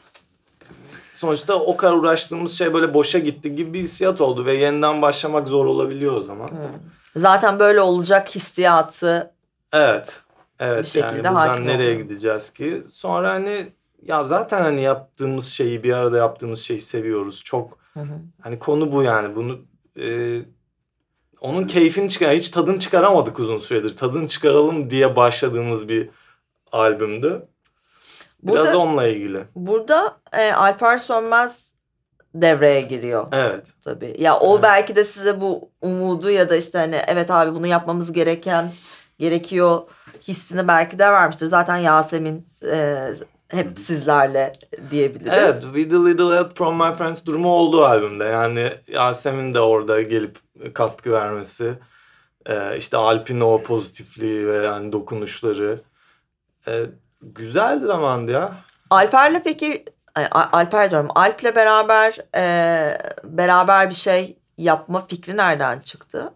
sonuçta o kadar uğraştığımız şey böyle boşa gitti gibi bir hissiyat oldu ve yeniden başlamak zor olabiliyor o zaman. Hı. Zaten böyle olacak hissiyatı. Evet. Evet, Bir şekilde yani hakim buradan nereye oluyor. gideceğiz ki? Sonra hani ya zaten hani yaptığımız şeyi, bir arada yaptığımız şeyi seviyoruz. Çok Hı hı. hani konu bu yani. Bunu e, onun keyfini çıkar, hiç tadını çıkaramadık uzun süredir. Tadını çıkaralım diye başladığımız bir albümdü. Biraz Burada- onunla ilgili. Burada e, Alper Sönmez devreye giriyor. Evet. Tabii. Ya o Evet. belki de size bu umudu ya da işte hani evet abi bunu yapmamız gereken gerekiyor hissini belki de vermiştir. Zaten Yasemin e, hep sizlerle diyebiliriz. Evet, With a Little Help From My Friends durumu oldu albümde. Yani Yasemin de orada gelip katkı vermesi. Ee, işte Alp'in o pozitifliği ve yani dokunuşları. Ee, güzeldi zamandı ya. Alper'le peki ay, Al- Alper diyorum. Alp'le beraber e, beraber bir şey yapma fikri nereden çıktı?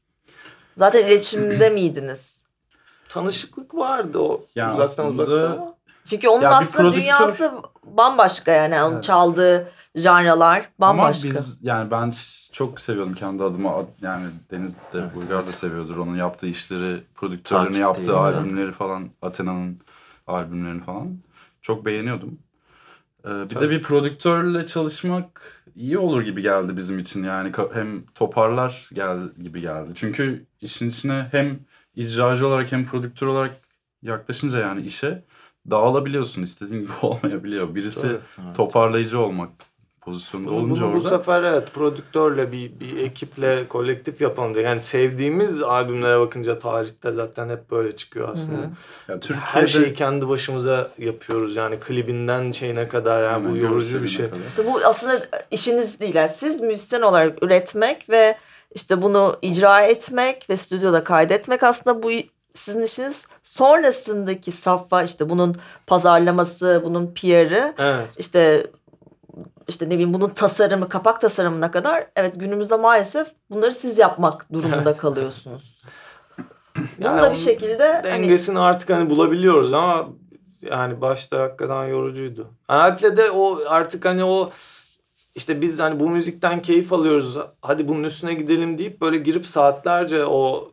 Zaten iletişimde miydiniz? Tanışıklık vardı o Yani uzaktan aslında- uzaktan ama. Çünkü onun Ya bir aslında prodüktör- dünyası bambaşka yani. Onun Evet. çaldığı janralar bambaşka. Ama biz yani ben çok seviyordum kendi adıma. Yani Deniz de Evet. Uygar da seviyordur. Onun yaptığı işleri, prodüktörlerini Takip yaptığı ediyorum zaten. albümleri falan, Athena'nın albümlerini falan çok beğeniyordum. Ee, bir Tabii. de bir prodüktörle çalışmak iyi olur gibi geldi bizim için. Yani ka- hem toparlar gel gibi geldi. Çünkü işin içine hem icracı olarak hem prodüktör olarak yaklaşınca yani işe dağılabiliyorsun. İstediğin gibi olmayabiliyor. Birisi Tabii. Evet. toparlayıcı olmak pozisyonda Bunu, olunca bunu bu orada. sefer evet prodüktörle bir, bir ekiple kolektif yapalım diye. Yani sevdiğimiz albümlere bakınca tarihte zaten hep böyle çıkıyor aslında. Hı hı. Ya Türkiye'de Her şeyi kendi başımıza yapıyoruz yani klibinden şeyine kadar yani hemen bu yorucu bir görseline şey. kadar. İşte bu aslında işiniz değil. Yani siz müzisyen olarak üretmek ve işte bunu icra etmek ve stüdyoda kaydetmek aslında bu sizin işiniz. Sonrasındaki safha işte bunun pazarlaması, bunun P R'ı, Evet. işte işte ne bileyim bunun tasarımı, kapak tasarımına kadar evet günümüzde maalesef bunları siz yapmak durumunda Evet. kalıyorsunuz. Bunu Yani da bir onun şekilde hani dengesini artık hani bulabiliyoruz ama yani başta hakikaten yorucuydu. Alp'le de o artık hani o işte biz hani bu müzikten keyif alıyoruz. Hadi bunun üstüne gidelim deyip böyle girip saatlerce o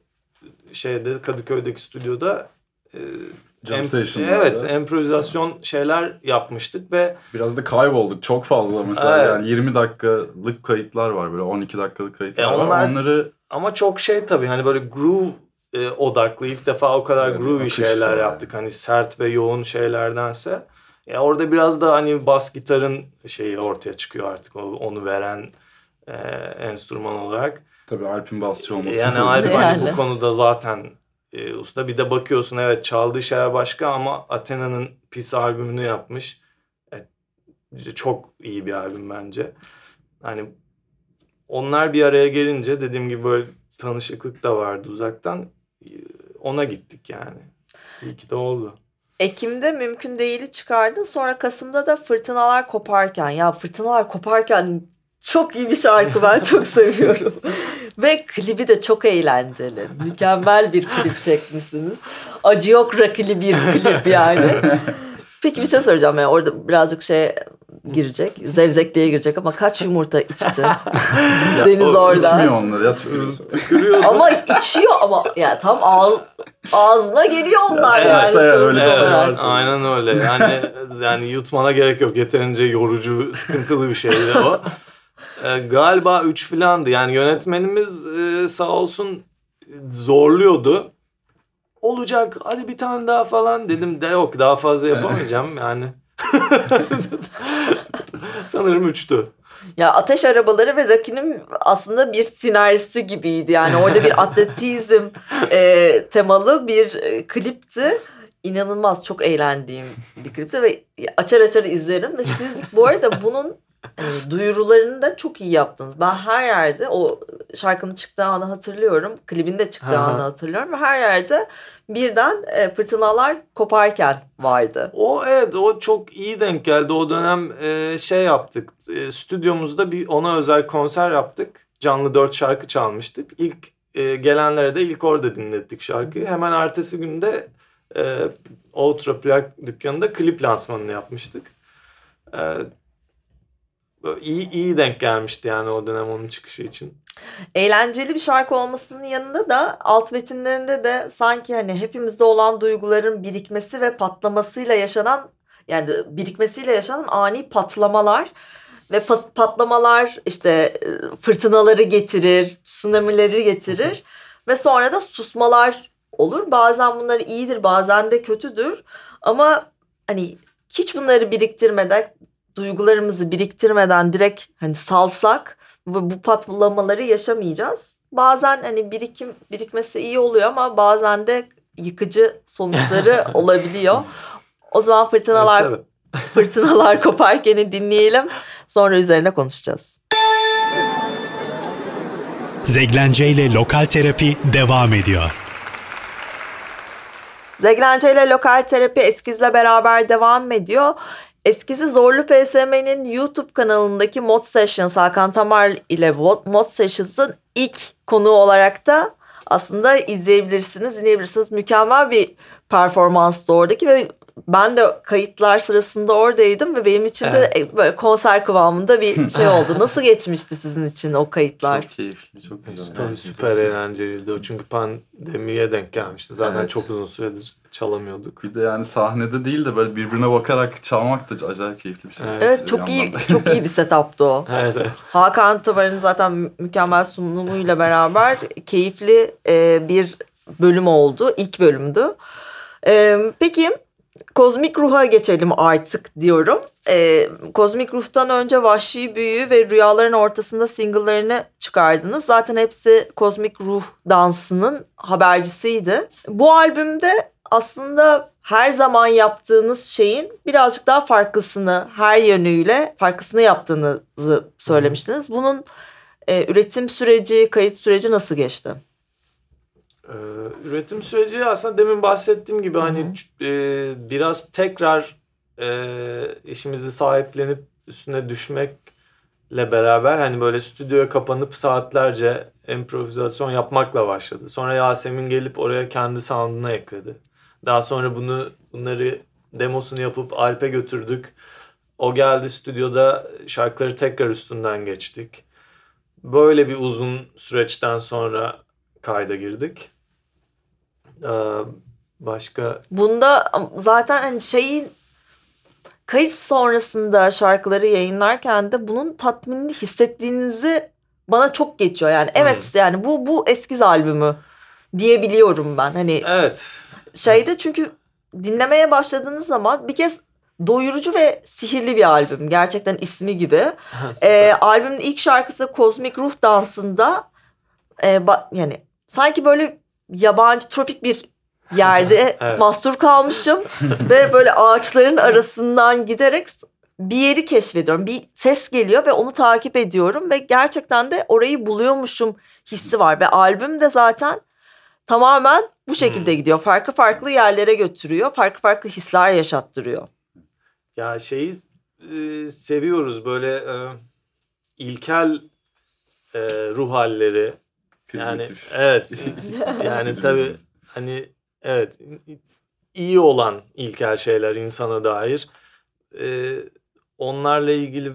şeyde Kadıköy'deki stüdyoda e, Jam em- station'larda. evet improvizasyon şeyler yapmıştık ve Biraz da kaybolduk. Çok fazla mesela Evet. yani yirmi dakikalık kayıtlar var. Böyle on iki dakikalık kayıtlar E var. onlar- Onları ama çok şey tabii hani böyle groove e, odaklı ilk defa o kadar Evet, groovy akış şeyler var yaptık hani sert ve yoğun şeylerdense. Ya orada biraz da hani bas gitarın şeyi ortaya çıkıyor artık o- onu veren e, enstrüman olarak. tabii Alp'in basçı olması. Yani Alp hani Yani. bu konuda zaten e, usta. Bir de bakıyorsun evet çaldığı şeyler başka ama Athena'nın Pis albümünü yapmış. E, çok iyi bir albüm bence. Hani onlar bir araya gelince dediğim gibi böyle tanışıklık da vardı uzaktan. E, Ona gittik yani. İyi ki de oldu. Ekim'de Mümkün Değil'i çıkardın. Sonra Kasım'da da Fırtınalar Koparken. Ya Fırtınalar Koparken çok iyi bir şarkı. Ben çok seviyorum. Ve klibi de çok eğlenceli. Mükemmel bir klip çekmişsiniz. Acı yok rakili bir klip yani. Peki bir şey soracağım. Yani orada birazcık şey girecek. Zevzekliğe girecek ama kaç yumurta içti? Deniz O orada. İçmiyor onları ya tükürüyor sonra. Tükürüyordu. Ama içiyor ama ya tam ağ- ağzına geliyor onlar Ya yani. sonuçta ya öyle sonuç şey olarak. var. Evet, aynen öyle. Yani yani yutmana gerek yok. Yeterince yorucu, sıkıntılı bir şeydi o. Ee, galiba üç filandı. Yani yönetmenimiz e, sağ olsun zorluyordu. Olacak hadi bir tane daha falan dedim de yok daha fazla yapamayacağım yani. Sanırım üçtü. Ya Ateş Arabaları ve Rocky'nin aslında bir sinerjisi gibiydi. Yani orada bir atletizm e, temalı bir e, klipti. İnanılmaz çok eğlendiğim bir klipti ve açar açar izlerim. Ve siz bu arada bunun hani, duyurularını da çok iyi yaptınız. Ben her yerde o şarkının çıktığı anı hatırlıyorum. Klibin de çıktığı Hı hı. anı hatırlıyorum. Ve her yerde birden e, Fırtınalar Koparken vardı. O evet o çok iyi denk geldi. O dönem e, şey yaptık. E, stüdyomuzda bir ona özel konser yaptık. Canlı dört şarkı çalmıştık. İlk e, gelenlere de ilk orada dinlettik şarkıyı. Hemen ertesi günde e, Ultra Plak dükkanında klip lansmanını yapmıştık. E, böyle iyi iyi denk gelmişti yani o dönem onun çıkışı için. Eğlenceli bir şarkı olmasının yanında da alt metinlerinde de sanki hani hepimizde olan duyguların birikmesi ve patlamasıyla yaşanan yani birikmesiyle yaşanan ani patlamalar ve pat- patlamalar işte e, fırtınaları getirir, tsunami'leri getirir ve sonra da susmalar olur. Bazen bunlar iyidir, bazen de kötüdür. Ama hani hiç bunları biriktirmeden, duygularımızı biriktirmeden direkt hani salsak ve bu patlamaları yaşamayacağız. Bazen hani birikim birikmesi iyi oluyor ama bazen de yıkıcı sonuçları olabiliyor. O zaman fırtınalar Evet, tabii. fırtınalar koparken'i dinleyelim. Sonra üzerine konuşacağız. Zeglence ile Lokal Terapi devam ediyor. Zeglence ile Lokal Terapi Eskiz'le beraber devam ediyor. Eskizi Zorlu P S M'nin YouTube kanalındaki Mod Sessions, Hakan Tamar ile Mod Sessions'ın ilk konuğu olarak da aslında izleyebilirsiniz, dinleyebilirsiniz. Mükemmel bir performanstı oradaki ve ben de kayıtlar sırasında oradaydım ve benim için de Evet. böyle konser kıvamında bir şey oldu. Nasıl geçmişti sizin için o kayıtlar? Çok keyifli, çok güzel. Tabii süper eğlenceliydi o çünkü pandemiye denk gelmişti. Zaten Evet. çok uzun süredir çalamıyorduk. Bir de yani sahnede değil de böyle birbirine bakarak çalmak da acayip keyifli bir şey. Evet. Evet, çok iyi Yandan da. çok iyi bir setup'tı o. Evet, evet. Hakan Tamar'ın zaten mü- mükemmel sunumuyla beraber keyifli e, bir bölüm oldu. İlk bölümdü. E, peki Kozmik Ruh'a geçelim artık diyorum. E, Kozmik Ruh'tan önce Vahşi Büyü ve Rüyaların Ortasında single'larını çıkardınız. Zaten hepsi Kozmik Ruh dansının habercisiydi. Bu albümde aslında her zaman yaptığınız şeyin birazcık daha farklısını, her yönüyle farklısını yaptığınızı söylemiştiniz. Bunun e, üretim süreci, kayıt süreci nasıl geçti? Ee, üretim süreci aslında demin bahsettiğim gibi hani ç- e, biraz tekrar e, işimizi sahiplenip üstüne düşmekle beraber hani böyle stüdyoya kapanıp saatlerce improvizasyon yapmakla başladı. Sonra Yasemin gelip oraya kendi sound'unu ekledi. Daha sonra bunu bunları demosunu yapıp Alp'e götürdük. O geldi stüdyoda şarkıları tekrar üstünden geçtik. Böyle bir uzun süreçten sonra kayda girdik. Ee, başka Bunda zaten hani şeyin kayıt sonrasında şarkıları yayınlarken de bunun tatminini hissettiğinizi bana çok geçiyor. Yani evet yani bu bu eskiz albümü diyebiliyorum ben. Hani evet şeyde çünkü dinlemeye başladığınız zaman bir kez doyurucu ve sihirli bir albüm. Gerçekten ismi gibi. Ee, albümün ilk şarkısı Kozmik Ruh Dansı'nda e, ba- yani sanki böyle yabancı tropik bir yerde Evet. mahsur kalmışım ve böyle ağaçların arasından giderek bir yeri keşfediyorum. Bir ses geliyor ve onu takip ediyorum ve gerçekten de orayı buluyormuşum hissi var ve albüm de zaten tamamen bu şekilde gidiyor. Farklı farklı yerlere götürüyor. Farklı farklı hisler yaşattırıyor. ya şeyi e, seviyoruz böyle e, ilkel e, ruh halleri. Yani Primitif. evet yani tabii hani evet iyi olan ilkel şeyler insana dair. Ee, onlarla ilgili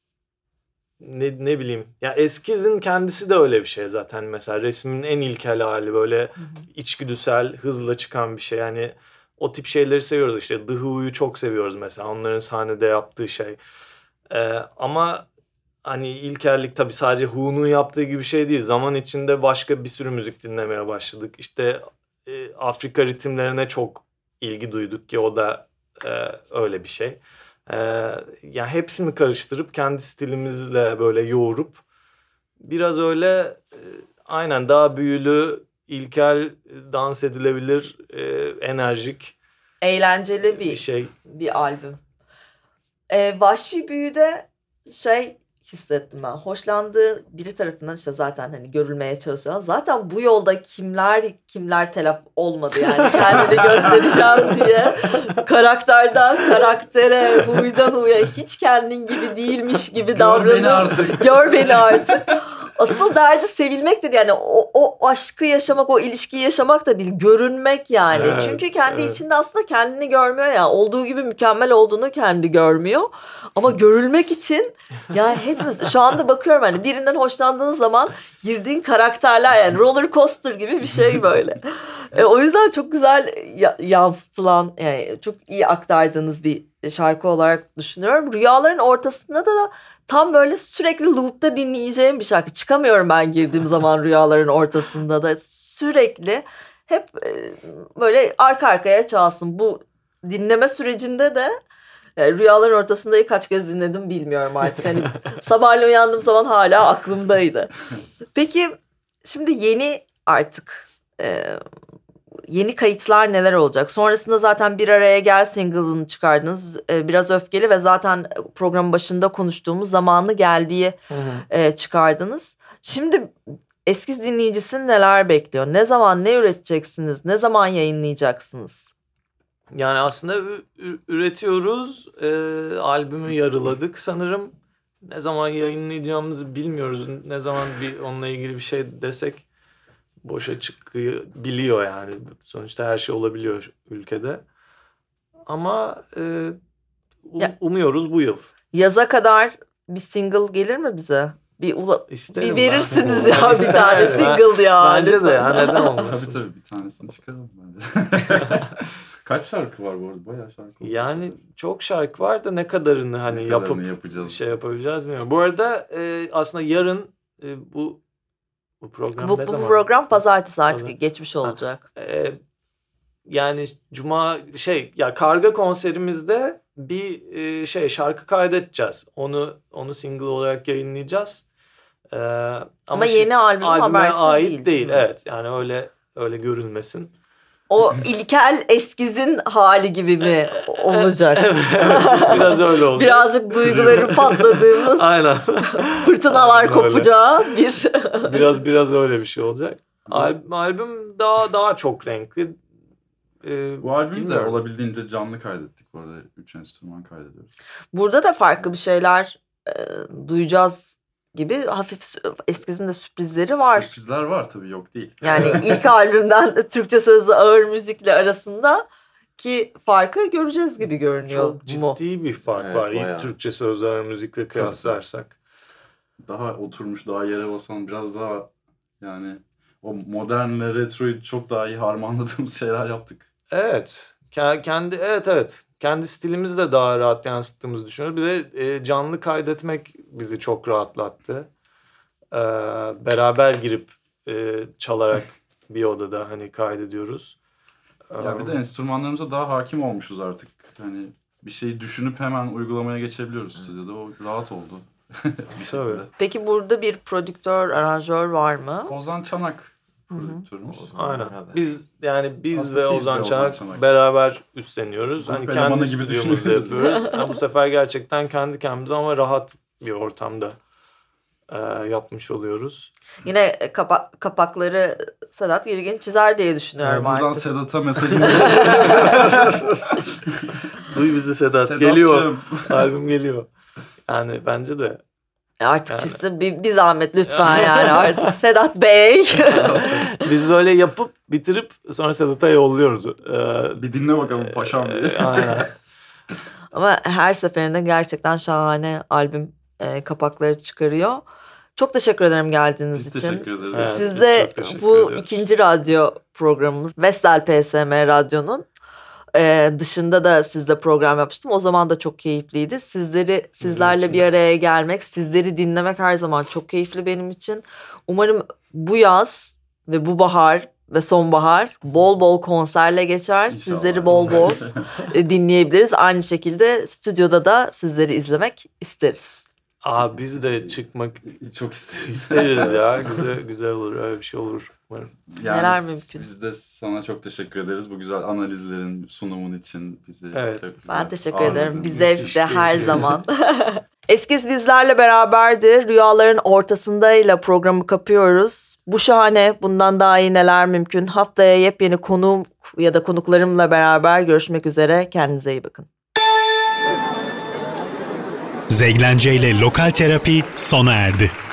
ne, ne bileyim ya eskizin kendisi de öyle bir şey zaten mesela resmin en ilkel hali böyle içgüdüsel hızla çıkan bir şey yani o tip şeyleri seviyoruz işte The Who'yu çok seviyoruz mesela onların sahnede yaptığı şey Ee, ama hani ilkellik tabii sadece Who'nun yaptığı gibi bir şey değil zaman içinde başka bir sürü müzik dinlemeye başladık işte e, Afrika ritimlerine çok ilgi duyduk ki o da e, öyle bir şey. Ee, yani hepsini karıştırıp kendi stilimizle böyle yoğurup biraz öyle e, aynen daha büyülü, ilkel, dans edilebilir, e, enerjik Eğlenceli bir bir şey. bir albüm. Ee, Vahşi Büyü'de şey hissettim ben. Hoşlandığı biri tarafından işte zaten hani görülmeye çalışan. Zaten bu yolda kimler kimler telaf olmadı yani kendini göstereceğim diye. Karakterden karaktere, huydan huya hiç kendin gibi değilmiş gibi davranıp. Gör beni artık. Gör beni artık. Asıl derdi sevilmektir yani o, o aşkı yaşamak, o ilişkiyi yaşamak da değil, görünmek yani. Evet, Çünkü kendi evet. içinde aslında kendini görmüyor ya, olduğu gibi mükemmel olduğunu kendi görmüyor. Ama görülmek için yani hepimiz şu anda bakıyorum hani birinden hoşlandığın zaman girdiğin karakterler yani roller coaster gibi bir şey böyle. E, o yüzden çok güzel ya- yansıtılan yani çok iyi aktardığınız bir şarkı olarak düşünüyorum. Rüyaların ortasında da, da tam böyle sürekli loop'ta dinleyeceğim bir şarkı. Çıkamıyorum ben girdiğim zaman rüyaların ortasında da sürekli hep e, böyle arka arkaya çalsın. Bu dinleme sürecinde de yani rüyaların ortasında kaç kez dinledim bilmiyorum artık. Hani sabahleyin uyandığım zaman hala aklımdaydı. Peki şimdi yeni artık e, yeni kayıtlar neler olacak? Sonrasında zaten Bir Araya Gel single'ını çıkardınız. E, biraz öfkeli ve zaten programın başında konuştuğumuz Zamanı Geldiği e, çıkardınız. Şimdi eskiz dinleyicisini neler bekliyor? Ne zaman ne üreteceksiniz? Ne zaman yayınlayacaksınız? Yani aslında ü- ü- üretiyoruz. Ee, albümü yarıladık sanırım. Ne zaman yayınlayacağımızı bilmiyoruz. Ne zaman bir onunla ilgili bir şey desek boşa çıkabiliyor yani. Sonuçta her şey olabiliyor ülkede. Ama e, um- Ya- umuyoruz bu yıl. Yaza kadar bir single gelir mi bize? Bir ula- İsterim bir ben. verirsiniz Ben ya bir isterim. tane Ben- single ya. Bence de lütfen. ya neden Tabii olmasın. tabii bir tanesini çıkaralım bence. Kaç şarkı var bu arada? Bayağı şarkı var. Yani çok şarkı var da ne kadarını hani Ne kadarını yapıp yapacağız. şey yapabileceğiz bilmiyorum. Bu arada e, aslında yarın e, bu bu program Bu, ne bu zaman? program pazartesi artık Pazar- geçmiş olacak. E, yani cuma şey ya Karga konserimizde bir e, şey şarkı kaydedeceğiz. Onu onu single olarak yayınlayacağız. E, ama Ama şey- yeni albüm albüme habersiz ait değil. değil. Hı. Evet yani öyle öyle görülmesin. O ilkel eskizin hali gibi mi olacak? Evet, biraz öyle olacak. Birazcık duyguları patladığımız, Aynen. fırtınalar Aynen öyle. kopacağı bir... biraz biraz öyle bir şey olacak. Al- albüm daha daha çok renkli. Ee, Bu albümü de bilmiyorum. olabildiğince canlı kaydettik bu arada. Üç enstrüman kaydediyoruz. Burada da farklı bir şeyler e, duyacağız gibi hafif sü- eskizin de sürprizleri var. Sürprizler var tabii, yok değil. Yani ilk albümden Türkçe sözlü ağır müzikle arasında ki farkı göreceğiz gibi görünüyor. Çok ciddi bir fark Evet, var. İlk bayağı. Türkçe sözler müzikle kıyaslarsak. Daha oturmuş, daha yere basan, biraz daha yani o modernle retroyu çok daha iyi harmanladığımız şeyler yaptık. Evet. Ke- Kendi evet evet. Kendi stilimizi de daha rahat yansıttığımızı düşünüyoruz. Bir de e, canlı kaydetmek bizi çok rahatlattı. Ee, beraber girip e, çalarak bir odada hani kaydediyoruz. Ya bir de enstrümanlarımıza daha hakim olmuşuz artık. Hani bir şeyi düşünüp hemen uygulamaya geçebiliyoruz stüdyoda. O rahat oldu. bir Tabii. şekilde. Peki burada bir prodüktör, aranjör var mı? Ozan Çanak Hı hı. prodüktörümüz. Aynen. Beraber. Biz yani biz Aslında ve biz Ozan ve Ozan Çanak, Çanak. beraber üstleniyoruz. Grup Hani elemanı kendi gibi stüdyomuzda düşünüyoruz. yapıyoruz. Yani bu sefer gerçekten kendi kendimize ama rahat bir ortamda e, yapmış oluyoruz. Yine e, kapa- kapakları Sedat Girgin çizer diye düşünüyorum Ee, buradan artık. Sedat'a mesajımı Duy bizi Sedat. Sedat'cığım. Geliyor. Albüm geliyor. Yani bence de. E, Artık Yani. çizsin bir, bir zahmet lütfen yani artık Sedat Bey. Biz böyle yapıp bitirip sonra Sedat'a yolluyoruz. Ee, bir dinle bakalım paşam diye. e, aynen. Ama her seferinde gerçekten şahane albüm e, kapakları çıkarıyor. Çok teşekkür ederim geldiğiniz Biz için. teşekkür ederiz. Evet. Siz biz de çok teşekkür bu ederiz. ikinci radyo programımız Vestel P S M Radyo'nun e, dışında da sizle program yapmıştım. O zaman da çok keyifliydi. Sizleri sizlerle için bir de. araya gelmek, sizleri dinlemek her zaman çok keyifli benim için. Umarım bu yaz ve bu bahar ve sonbahar bol bol konserle geçer. İnşallah. Sizleri bol bol e, dinleyebiliriz. Aynı şekilde stüdyoda da sizleri izlemek isteriz. Aa, biz de çıkmak Çok isteriz. isteriz ya. Güzel güzel olur. Öyle bir şey olur. Umarım. Yani Neler s- mümkün. Biz de sana çok teşekkür ederiz bu güzel analizlerin, sunumun için. Bizi Evet. çok güzel Ben teşekkür ağırladın. ederim. Bir Müthiş zevk de her keyifli. zaman. Eskiz bizlerle beraberdir. Rüyaların ortasındayla programı kapıyoruz. Bu şahane, bundan daha iyi neler mümkün. Haftaya yepyeni konuğum ya da konuklarımla beraber görüşmek üzere. Kendinize iyi bakın. Zeglence ile Lokal Terapi sona erdi.